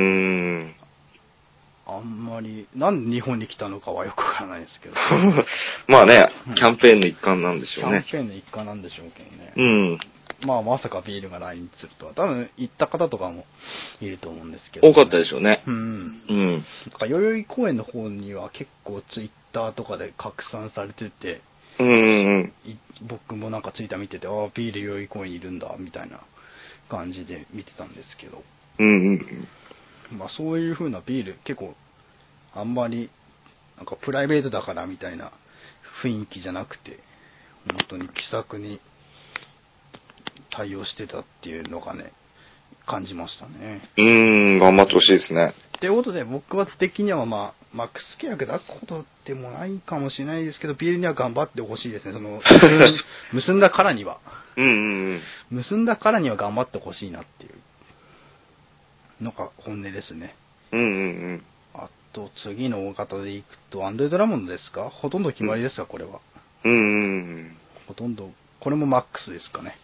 あんまり、なんで日本に来たのかはよくわからないですけど。 まあね、キャンペーンの一環なんでしょうね。 キャンペーンの一環なんでしょうけどね。まあまさかビールが来日するとは。多分行った方とかもいると思うんですけど、 多かったでしょうね。 なんか代々木公園の方には結構ツイッターとかで拡散されてて、僕もなんかツイッター見てて、ビール代々木公園にいるんだ、みたいな感じで見てたんですけど。まあそういう風なビール、結構、あんまり、なんかプライベートだからみたいな雰囲気じゃなくて、本当に気さくに対応してたっていうのがね、感じましたね。 頑張ってほしいですね。 ということで、僕は的にはまあ、マックス契約出すことでもないかもしれないですけど、ビールには頑張ってほしいですね。結んだからには。結んだからには頑張ってほしいなっていうのが本音ですね。あと、次の大方でいくと、アンドレ・ドラモンドですか？ほとんど決まりですか、これは。ほとんど、これもマックスですかね。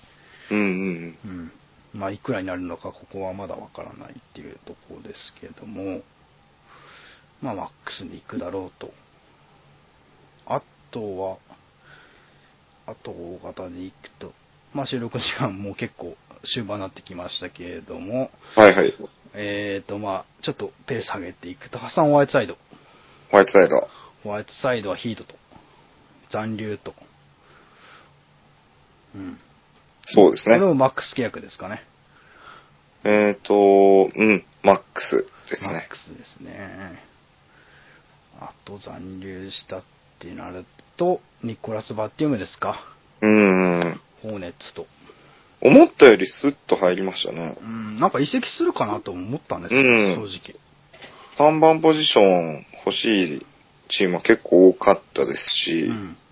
まあ、いくらになるのか、ここはまだわからないっていうところですけども、まあ、マックスに行くだろうと。あと、大型で行くと、まあ、収録時間も結構終盤になってきましたけれども、まあ、ちょっとペース上げていくと、ハサン・ホワイトサイド。ホワイトサイドはヒートと、残留と。 そうですね。 これもマックス契約ですかね。 マックスですね。 マックスですね。あと残留したってなると、ニコラス・バッティウムですか。ホーネッツと。 思ったよりスッと入りましたね。 なんか移籍するかなと思ったんですよ、正直。 3番ポジション欲しいチームは結構多かったですし、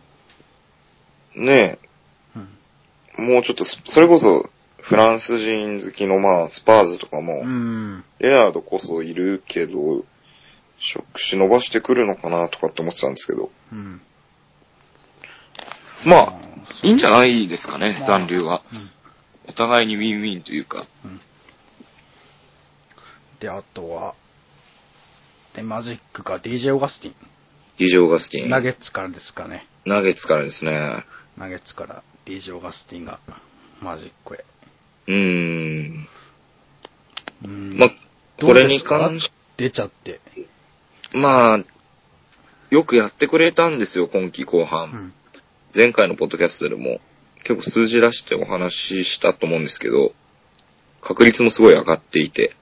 ねえ、もうちょっと、それこそフランス人好きのスパーズとかも、レアードこそいるけど、触手伸ばしてくるのかなとかって思ってたんですけど。まあ、いいんじゃないですかね、残留は。お互いにウィンウィンというか。 で、あとは、マジックか DJ オガスティン。ナゲッツからですかね。 ナゲッツからですね。 ナゲッツから DJ オガスティンがマジックへ。 まあ、これに関して。 出ちゃって。 まあ、よくやってくれたんですよ、今季後半。前回のポッドキャストでも結構数字出してお話ししたと思うんですけど、確率もすごい上がっていて。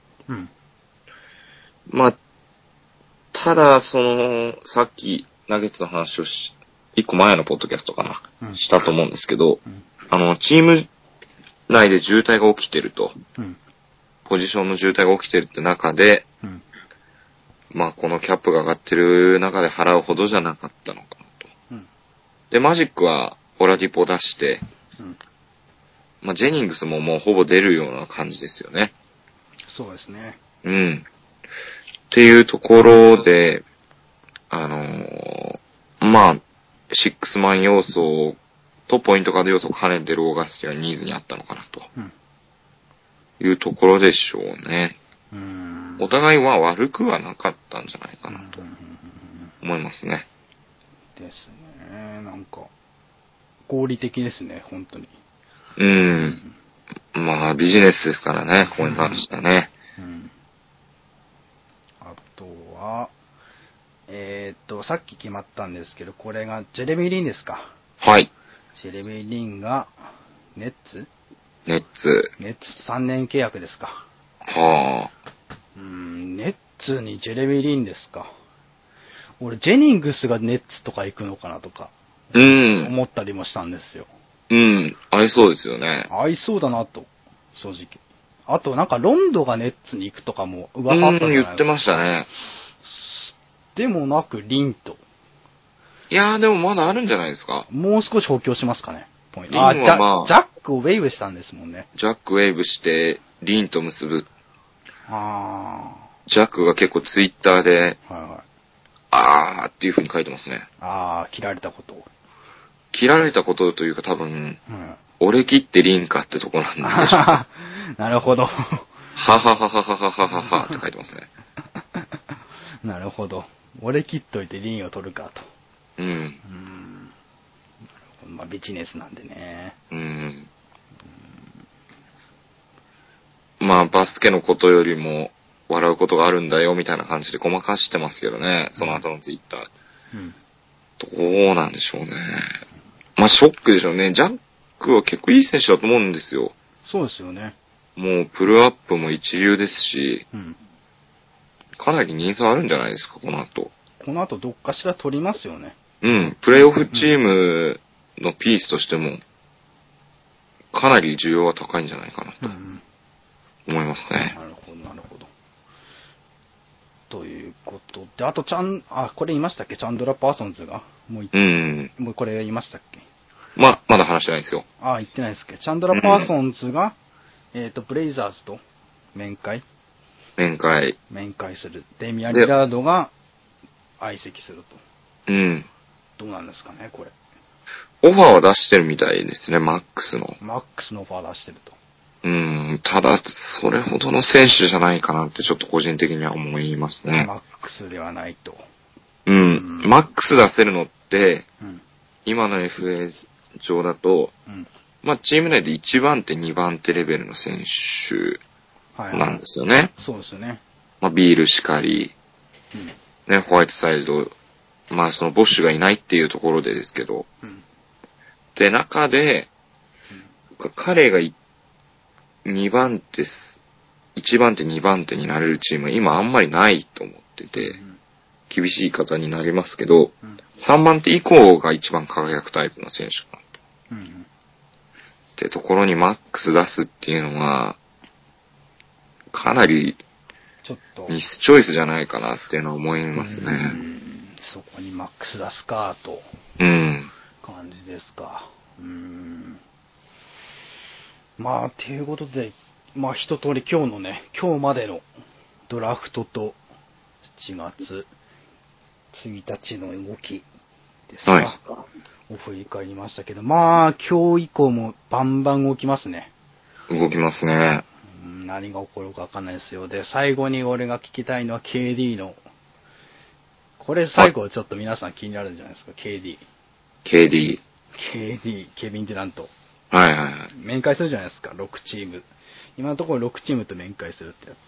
まあ、ただ、さっき、ナゲッツの話を一個前のポッドキャストかな、したと思うんですけど、チーム内で渋滞が起きてると、ポジションの渋滞が起きてるって中で、まあ、このキャップが上がってる中で払うほどじゃなかったのかなと。で、マジックはオラディポ出して、まあ、ジェニングスももうほぼ出るような感じですよね。 そうですね。 っていうところで、まあ、シックスマン要素とポイントガード要素を兼ねてるオーガスティンがニーズにあったのかなと。いうところでしょうね。お互いは悪くはなかったんじゃないかなと思いますね。 ですね。なんか、合理的ですね、本当に。 まあ、ビジネスですからね、ここに関してはね。 あとは、さっき決まったんですけど、これがジェレミー・リンですか。 はい。 ジェレミー・リンが、ネッツ3年契約ですか。 はネッツにジェレミー・リンですか。俺、ジェニングスがネッツとか行くのかなとか、思ったりもしたんですよ。 うん、合いそうですよね。 合いそうだなと、正直。あとなんかロンドがネッツに行くとかも噂あったじゃないですか。 言ってましたね。 でもなくリンと。 いやーでもまだあるんじゃないですか。 もう少し補強しますかね。ポイント。 リンはまあ、 ジャックをウェーブしたんですもんね。 ジャックウェーブして、リンと結ぶ。ジャックが結構ツイッターで、はいはい、あーっていう風に書いてますね。 切られたこと。 切られたことというか多分、俺切ってリンかってとこなんでしょう。 なるほど。 ははははははははって書いてますね。 なるほど。俺切っといてリンを取るかと。まあビジネスなんでね。 まあバスケのことよりも笑うことがあるんだよみたいな感じでごまかしてますけどね。その後のツイッター。どうなんでしょうね。まあショックでしょうね。ジャックは結構いい選手だと思うんですよ。 そうですよね。 もうプルアップも一流ですし、かなりニーズあるんじゃないですか、この後。 この後どっかしら取りますよね。 プレイオフチームのピースとしても、かなり需要は高いんじゃないかなと思いますね。 なるほど、なるほど。ということで、あとこれ言いましたっけ？チャンドラ・パーソンズが。もうこれ言いましたっけ？ まだ話してないですよ。 言ってないですっけ？チャンドラ・パーソンズが、ブレイザーズと面会する。デミアン・リラードが相席すると。どうなんですかね、これ。 オファーは出してるみたいですね、マックスのオファー出してると。 ただ、それほどの選手じゃないかなってちょっと個人的には思いますね。 マックスではないと。 マックス出せるのって、今の FA 上だと、まあ、チーム内で1番手、2番手レベルの選手なんですよね。 そうですよね。 まあ、ビールしかり、ね、ホワイトサイド、まあ、そのボッシュがいないっていうところでですけど、で、中で、彼が2番手、1番手、2番手になれるチームは今あんまりないと思ってて、厳しい言い方になりますけど、3番手以降が一番輝くタイプの選手かなと。ってところにマックス出すっていうのは、かなりミスチョイスじゃないかなっていうのは思いますね。 そこにマックス出すかと。感じですか。まあ、ということで、まあ一通り今日までのドラフトと7月1日の動きですか、を振り返りましたけど、まあ今日以降もバンバン動きますね。 動きますね。 何が起こるかわかんないですよ。で、最後に俺が聞きたいのは KD の、これ最後ちょっと皆さん気になるんじゃないですか、KD、ケビン・デュラント。面会するじゃないですか、6チーム。今のところ6チームと面会するってやって、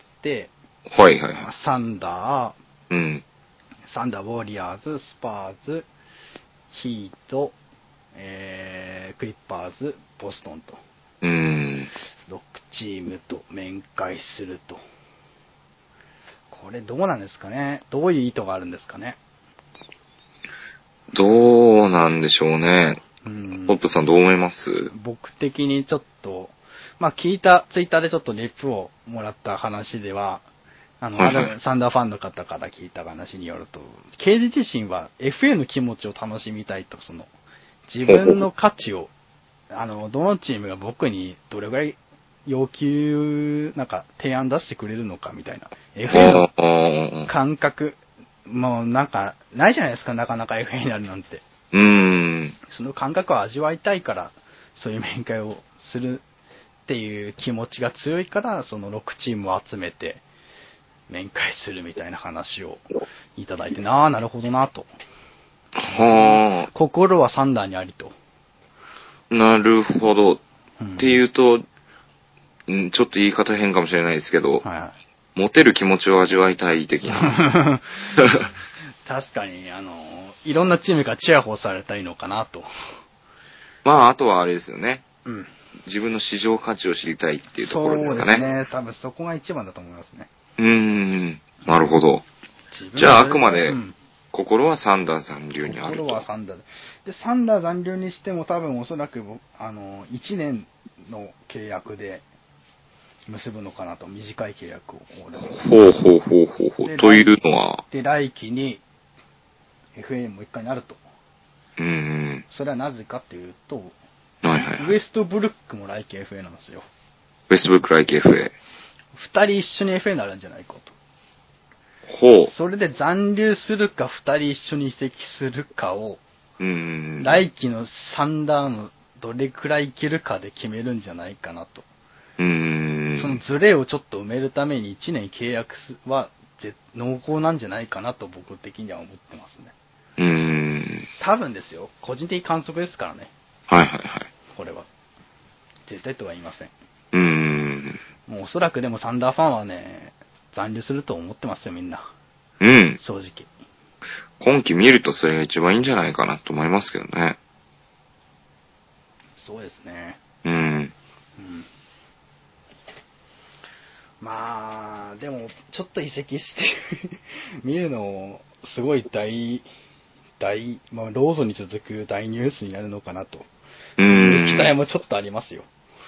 サンダー、ウォリアーズ、スパーズ、ヒート、クリッパーズ、ボストンと。6チームと面会すると。これどうなんですかね。どういう意図があるんですかね。 どうなんでしょうね。ポップさんどう思います？ 僕的にちょっと、まあツイッターでちょっとリップをもらった話では、サンダーファンの方から聞いた話によると、KD自身は FA の気持ちを楽しみたいと、自分の価値を、どのチームが僕にどれぐらい要求、提案出してくれるのかみたいな。FA の感覚、もうないじゃないですか、なかなか FA になるなんて。その感覚を味わいたいから、そういう面会をするっていう気持ちが強いから、その6チームを集めて、面会するみたいな話をいただいて、なるほどなと。心はサンダーにありと。 なるほど。っていうと、ちょっと言い方変かもしれないですけど、モテる気持ちを味わいたい的な。 確かに、いろんなチームがチヤホヤされたいのかなと。 まあ、あとはあれですよね。自分の市場価値を知りたいっていうところですかね。 そうですね。多分そこが一番だと思いますね。 なるほど。じゃあ、あくまで、 心はサンダー残留にあると。 心はサンダーで、サンダー残留にしても多分おそらく1年の契約で結ぶのかなと、短い契約を。 ほうほうほうほうほう。というのは。 で、来季に FA もう一回なると。それはなぜかっていうと、 はいはいはい、 ウエストブルックも来季 FA なんですよ。 ウエストブルック来季 FA。 二人一緒に FA になるんじゃないかと。 ほう。 それで残留するか、二人一緒に移籍するかを、来季のサンダーのどれくらいいけるかで決めるんじゃないかなと。そのズレをちょっと埋めるために1年契約は濃厚なんじゃないかなと僕的には思ってますね。多分ですよ。個人的観測ですからね。 はいはいはい。 これは。絶対とは言いません。もうおそらくでもサンダーファンはね、残留すると思ってますよ、みんな。正直。 今季見るとそれが一番いいんじゃないかなと思いますけどね。 そうですね。まあ、でも、ちょっと移籍して見るの、すごいまあ、ロードに続く大ニュースになるのかなと。期待もちょっとありますよ。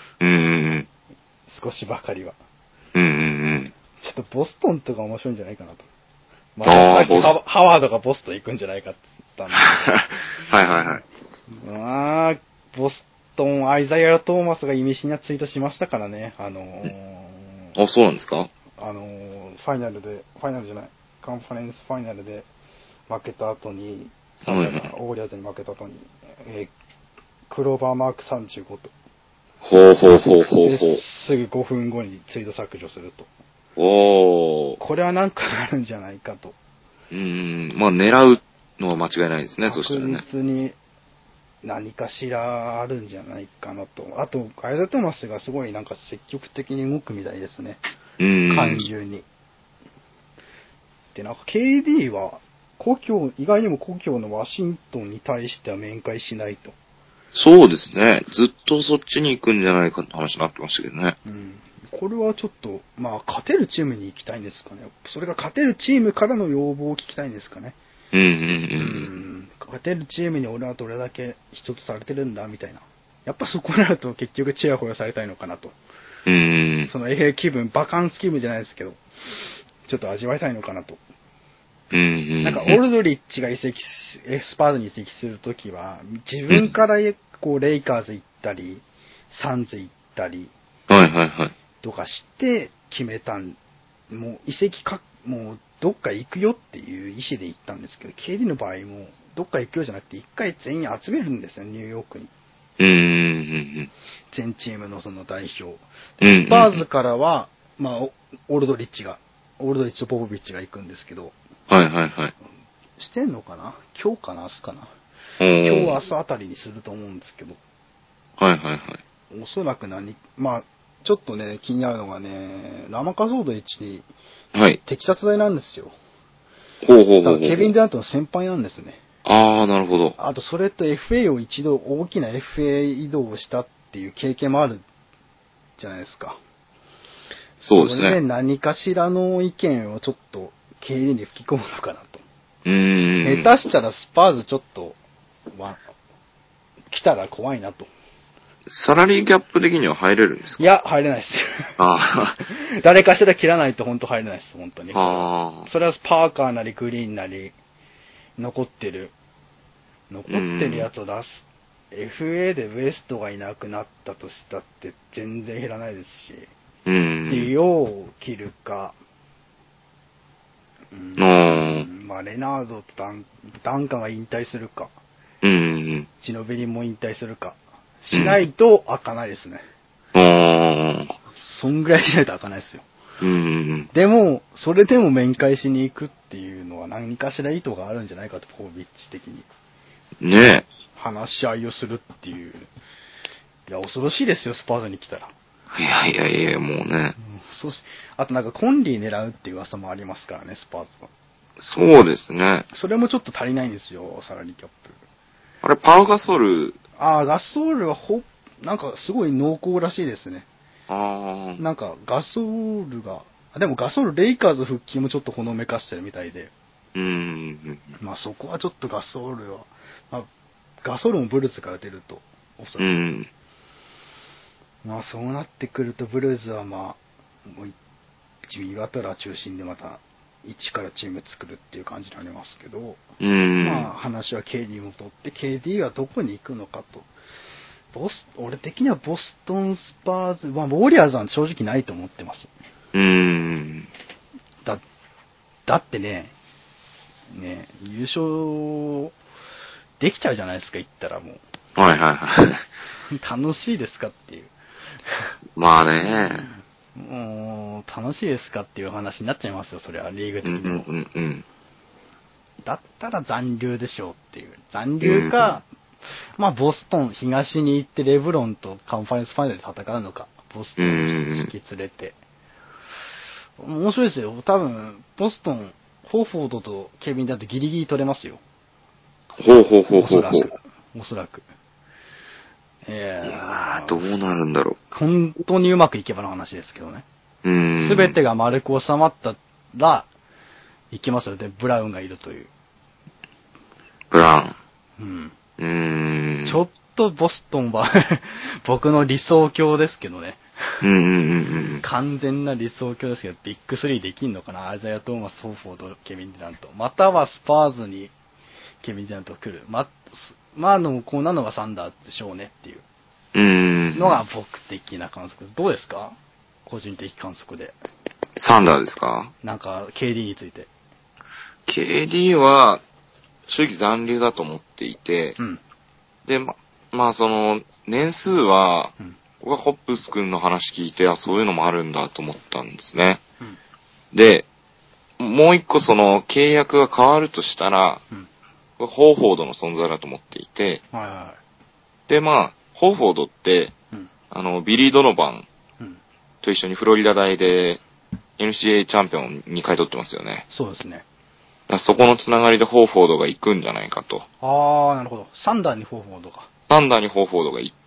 少しばかりは。ちょっとボストンとか面白いんじゃないかなと。まあ、ハワードがボストン行くんじゃないかって言ったんですけど。 はいはいはい。 まあ、ボストン、アイザイア・トーマスが意味深なツイートしましたからね。 そうなんですか？ ファイナルじゃない、カンファレンスファイナルで負けた後に、サンダーがオーリアーズに負けた後に、クローバーマーク35と。 ほうほうほうほうほう。 すぐ5分後にツイート削除すると。 これはなんかあるんじゃないかと。 まあ狙うのは間違いないですね、そしたらね。 確実に何かしらあるんじゃないかなと。あと、アイザ・トーマスがすごいなんか積極的に動くみたいですね。単純に。で、なんか KD は意外にも故郷のワシントンに対しては面会しないと。 そうですね。ずっとそっちに行くんじゃないかって話になってましたけどね。 これはちょっと、まあ、勝てるチームに行きたいんですかね。それが勝てるチームからの要望を聞きたいんですかね。勝てるチームに俺はどれだけ必要とされてるんだ、みたいな。やっぱそこになると結局チヤホヤされたいのかなと。その気分、バカンス気分じゃないですけど、ちょっと味わいたいのかなと。なんか、オルドリッチがスパーズに移籍するときは、自分からこう、レイカーズ行ったり、サンズ行ったり、とかして決めたもう移籍もうどっか行くよっていう意思で行ったんですけど、KD の場合もどっか行くよじゃなくて一回全員集めるんですよ、ニューヨークに。全チームのその代表。スパーズからは、まあ、オルドリッチとポポビッチが行くんですけど、してんのかな、今日かな明日かな、今日明日あたりにすると思うんですけど、おそらくまあ、ちょっとね、気になるのがね、ラマカゾード1に、適切代なんですよ。ケビン・デュラントの先輩なんですね。 なるほど。 あと、それと FA を一度、大きな FA 移動をしたっていう経験もあるじゃないですか。 そうですね。 それで何かしらの意見をちょっと、経営に吹き込むのかなと。下手したらスパーズちょっと、来たら怖いなと。 サラリーギャップ的には入れるんですか？ いや、入れないですよ。誰かしら切らないと本当入れないです、本当に。それはパーカーなりグリーンなり、残ってるやつを出す。FA でウエストがいなくなったとしたって全然減らないですし。ディオを切るか、まあ、レナードとダンカンが引退するか、ジノベリンも引退するか、しないと開かないですね。そんぐらいしないと開かないですよ。でも、それでも面会しに行くっていうのは何かしら意図があるんじゃないかと、ポービッチ的に。 ねえ。 話し合いをするっていう。いや、恐ろしいですよ、スパーズに来たら。 いや、もうね。 あとなんかコンリー狙うっていう噂もありますからね、スパーズは。 そうですね。 それもちょっと足りないんですよ、サラリーキャップ。 あれ、パウガソール。 ガソールはなんかすごい濃厚らしいですね。なんかガソールが、でもガソールレイカーズ復帰もちょっとほのめかしてるみたいで。 まあそこはちょっとガソールは、まあ、ガソールもブルーズから出ると、おそらく。まあそうなってくるとブルーズはまあ、もうジミー・バトラー中心でまた一からチーム作るっていう感じになりますけど、まあ話は KD に戻って、KD はどこに行くのかと。俺的にはボストンスパーズ、まあウォリアーズは正直ないと思ってます。だってね、優勝できちゃうじゃないですか、言ったらもう。 はいはいはい。 楽しいですかっていう。 まあね。 もう、楽しいですかっていう話になっちゃいますよ、それは、リーグ的にも。だったら残留でしょうっていう。残留か、まあ、ボストン、東に行ってレブロンとカンファレンスファイナルで戦うのか、ボストンを引き連れて。面白いですよ。多分、ボストン、ホーフォードとケビンだとギリギリ取れますよ。おそらく。 いやー、どうなるんだろう。 本当にうまくいけばの話ですけどね。すべてが丸く収まったら、いけますよね。ブラウンがいるという。 ブラウン。ちょっとボストンは僕の理想郷ですけどね。完全な理想郷ですけど、ビッグ3できんのかな。アイザイア・トーマス、ホーフォード、ケビン・デュラント。またはスパーズにケビン・デュラント来る。まあこうなのがサンダーでしょうねっていうのが僕的な観測です。どうですか？個人的観測で。 サンダーですか？ なんか KD について。 KD は正直残留だと思っていて、で、まあその年数は、僕はホップス君の話聞いて、そういうのもあるんだと思ったんですね。で、もう一個その契約が変わるとしたら、ホーフォードの存在だと思っていて、で、まあ、ホーフォードって、ビリー・ドノバンと一緒にフロリダ大で NCAA チャンピオン2回取ってますよね。 そうですね。 そこのつながりでホーフォードが行くんじゃないかと。 なるほど。サンダーにホーフォードか。 サンダーにホーフォードが行って、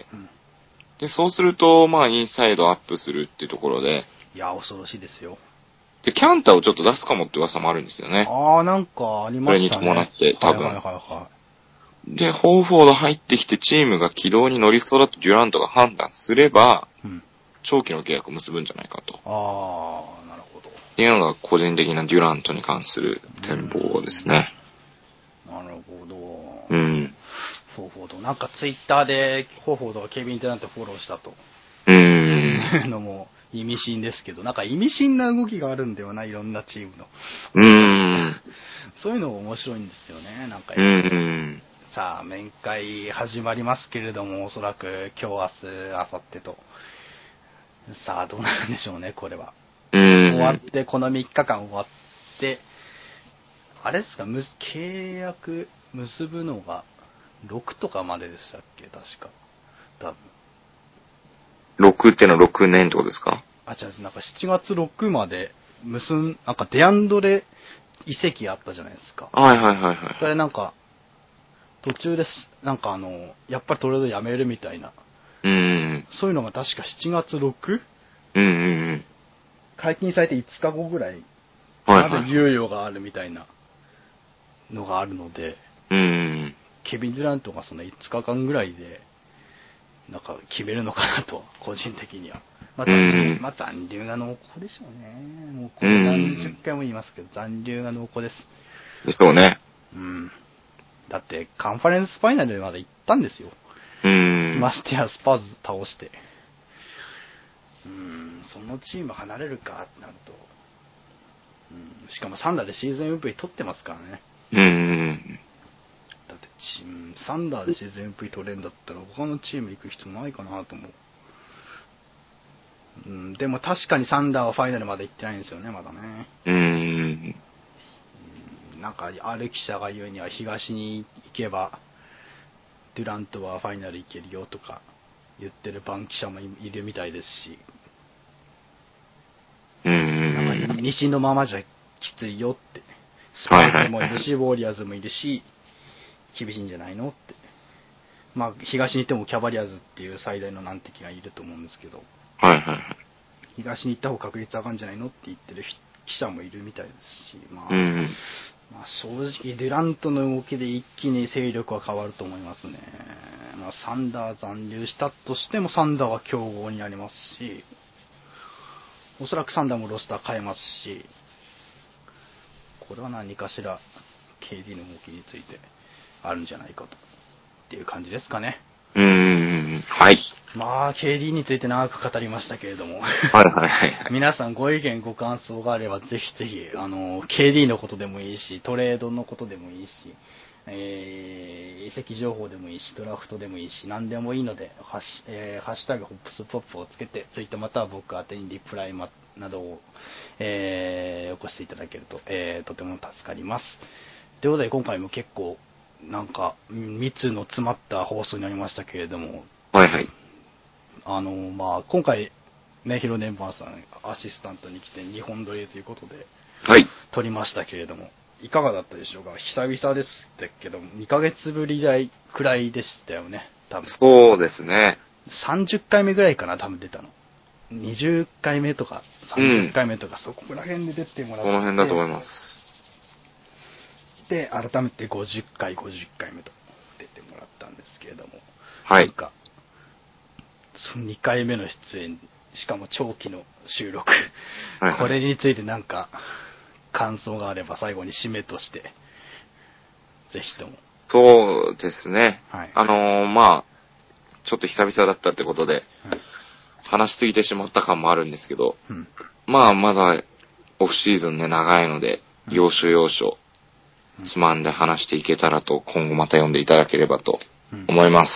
で、そうすると、まあ、インサイドアップするっていうところで。 いや、恐ろしいですよ。 で、キャンターをちょっと出すかもって噂もあるんですよね。 なんかありましたね。 それに伴って、多分。で、ホーフォード入ってきてチームが軌道に乗りそうだとデュラントが判断すれば、長期の契約を結ぶんじゃないかと。 なるほど。 っていうのが個人的なデュラントに関する展望ですね。 なるほど。ホーフォード。なんかツイッターでホーフォードがケビン・デュラントフォローしたと。いうのも意味深ですけど、なんか意味深な動きがあるんだよな、いろんなチームの。そういうのも面白いんですよね、なんか。さあ、面会始まりますけれども、おそらく今日、明日、明後日と。さあ、どうなるんでしょうね、これは。終わって、この3日間終わって、あれですか、契約結ぶのが6とかまででしたっけ、確か。多分。 6ってのは6年ってことですか？ 違う、なんか7月6までなんかデアンドレ移籍あったじゃないですか。それなんか、途中です、なんかやっぱりトレードやめるみたいな。そういうのが確か7月 6？ 解禁されて5日後ぐらいまで猶予があるみたいなのがあるので、ケビン・デュラントがその5日間ぐらいで、なんか決めるのかなと、個人的には。まあ残留が濃厚でしょうね。もうこれ何十回も言いますけど、残留が濃厚です。 でしょうね。 だって、カンファレンスファイナルまで行ったんですよ。ましてやスパーズ倒して。そのチーム離れるかってなると。しかもサンダーでシーズン MVP 取ってますからね。だってサンダーでシーズン MVP 取れるんだったら他のチーム行く必要ないかなと思う。でも確かにサンダーはファイナルまで行ってないんですよね、まだね。なんかある記者が言うには東に行けばデュラントはファイナル行けるよとか言ってる番記者もいるみたいですし、なんか西のままじゃきついよって、スパイスもいるし、ウォリアーズもいるし、厳しいんじゃないのって。まあ、東に行ってもキャバリアーズっていう最大の難敵がいると思うんですけど、東に行った方が確率上がるんじゃないのって言ってる記者もいるみたいですし、まあ、 まあ、正直、デュラントの動きで一気に勢力は変わると思いますね。まあ、サンダー残留したとしても、サンダーは強豪になりますし、おそらくサンダーもロスター変えますし、これは何かしら KD の動きについてあるんじゃないかとっていう感じですかね。 はい。 まあ KD について長く語りましたけれども、皆さんご意見ご感想があればぜひぜひKD のことでもいいし、トレードのことでもいいし、移籍情報でもいいし、ドラフトでもいいし、何でもいいので、ハッシュタグホップスポップをつけて、ツイートまたは僕宛てにリプライなどを、起こしていただけると、とても助かります。ということで、今回も結構、なんか、密の詰まった放送になりましたけれども、 はいはい。 まあ、今回、ね、ヒロネンバーさん、アシスタントに来て2本撮りということで、 はい。 撮りましたけれども、いかがだったでしょうか。久々ですけど、2ヶ月ぶりくらいでしたよね、多分。 そうですね。 30回目ぐらいかな、多分出たの。20回目とか、30回目とか、そこら辺で出てもらって。 この辺だと思います。 で、改めて50回目と出てもらったんですけれども、 はい。 なんか、その2回目の出演、しかも長期の収録、はいはい、これについてなんか、感想があれば最後に締めとして、ぜひとも。 そうですね。 はい、 まあ、ちょっと久々だったってことで、はい、話しすぎてしまった感もあるんですけど、まあ、まだオフシーズンね、長いので、要所要所、つまんで話していけたらと、今後また読んでいただければと思います。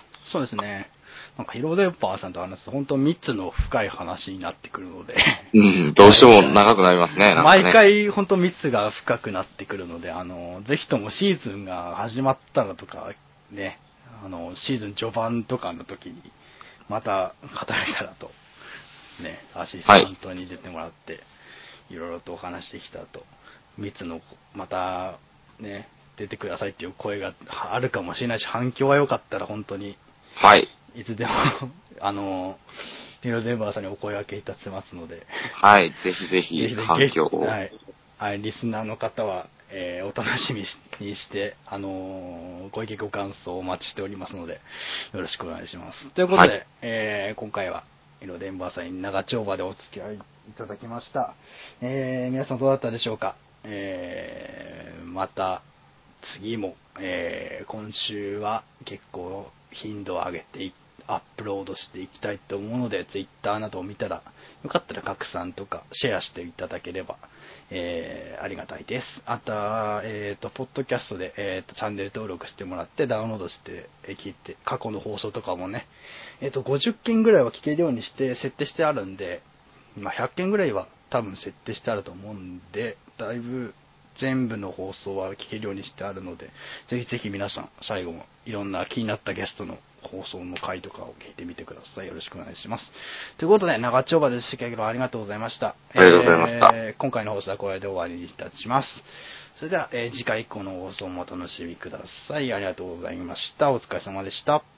そうですね。なんかヒロデッパーさんと話すと本当密の深い話になってくるのでどうしても長くなりますね。 毎回本当密が深くなってくるので、ぜひともシーズンが始まったらとかね、シーズン序盤とかの時にまた語れたらとね、アシスタントに出てもらって、いろいろとお話してきたと、密のまたね出てくださいっていう声があるかもしれないし、反響が良かったら本当に。 はい。 いつでもヒロデンバーさんにお声掛けいたしますので。 はい、ぜひぜひ、反響を。 はい、リスナーの方は、お楽しみにして、ご意見ご感想をお待ちしておりますので、よろしくお願いします。ということで、はい、今回は、ヒロデンバーさんに長丁場でお付き合いいただきました。皆さんどうだったでしょうか。また、次も、今週は結構頻度を上げてアップロードしていきたいと思うので、Twitter などを見たら、よかったら拡散とかシェアしていただければ、ありがたいです。あとは、ポッドキャストで、チャンネル登録してもらってダウンロードして聞いて、過去の放送とかもね、50件ぐらいは聞けるようにして設定してあるんで、まあ、100件ぐらいは多分設定してあると思うんで、だいぶ全部の放送は聞けるようにしてあるので、ぜひぜひ皆さん、最後もいろんな気になったゲストの放送の回とかを聞いてみてください。よろしくお願いします。ということで、長丁場でしたけど、ありがとうございました。 ありがとうございました。 今回の放送はこれで終わりにいたします。それでは、次回以降の放送もお楽しみください。ありがとうございました。お疲れ様でした。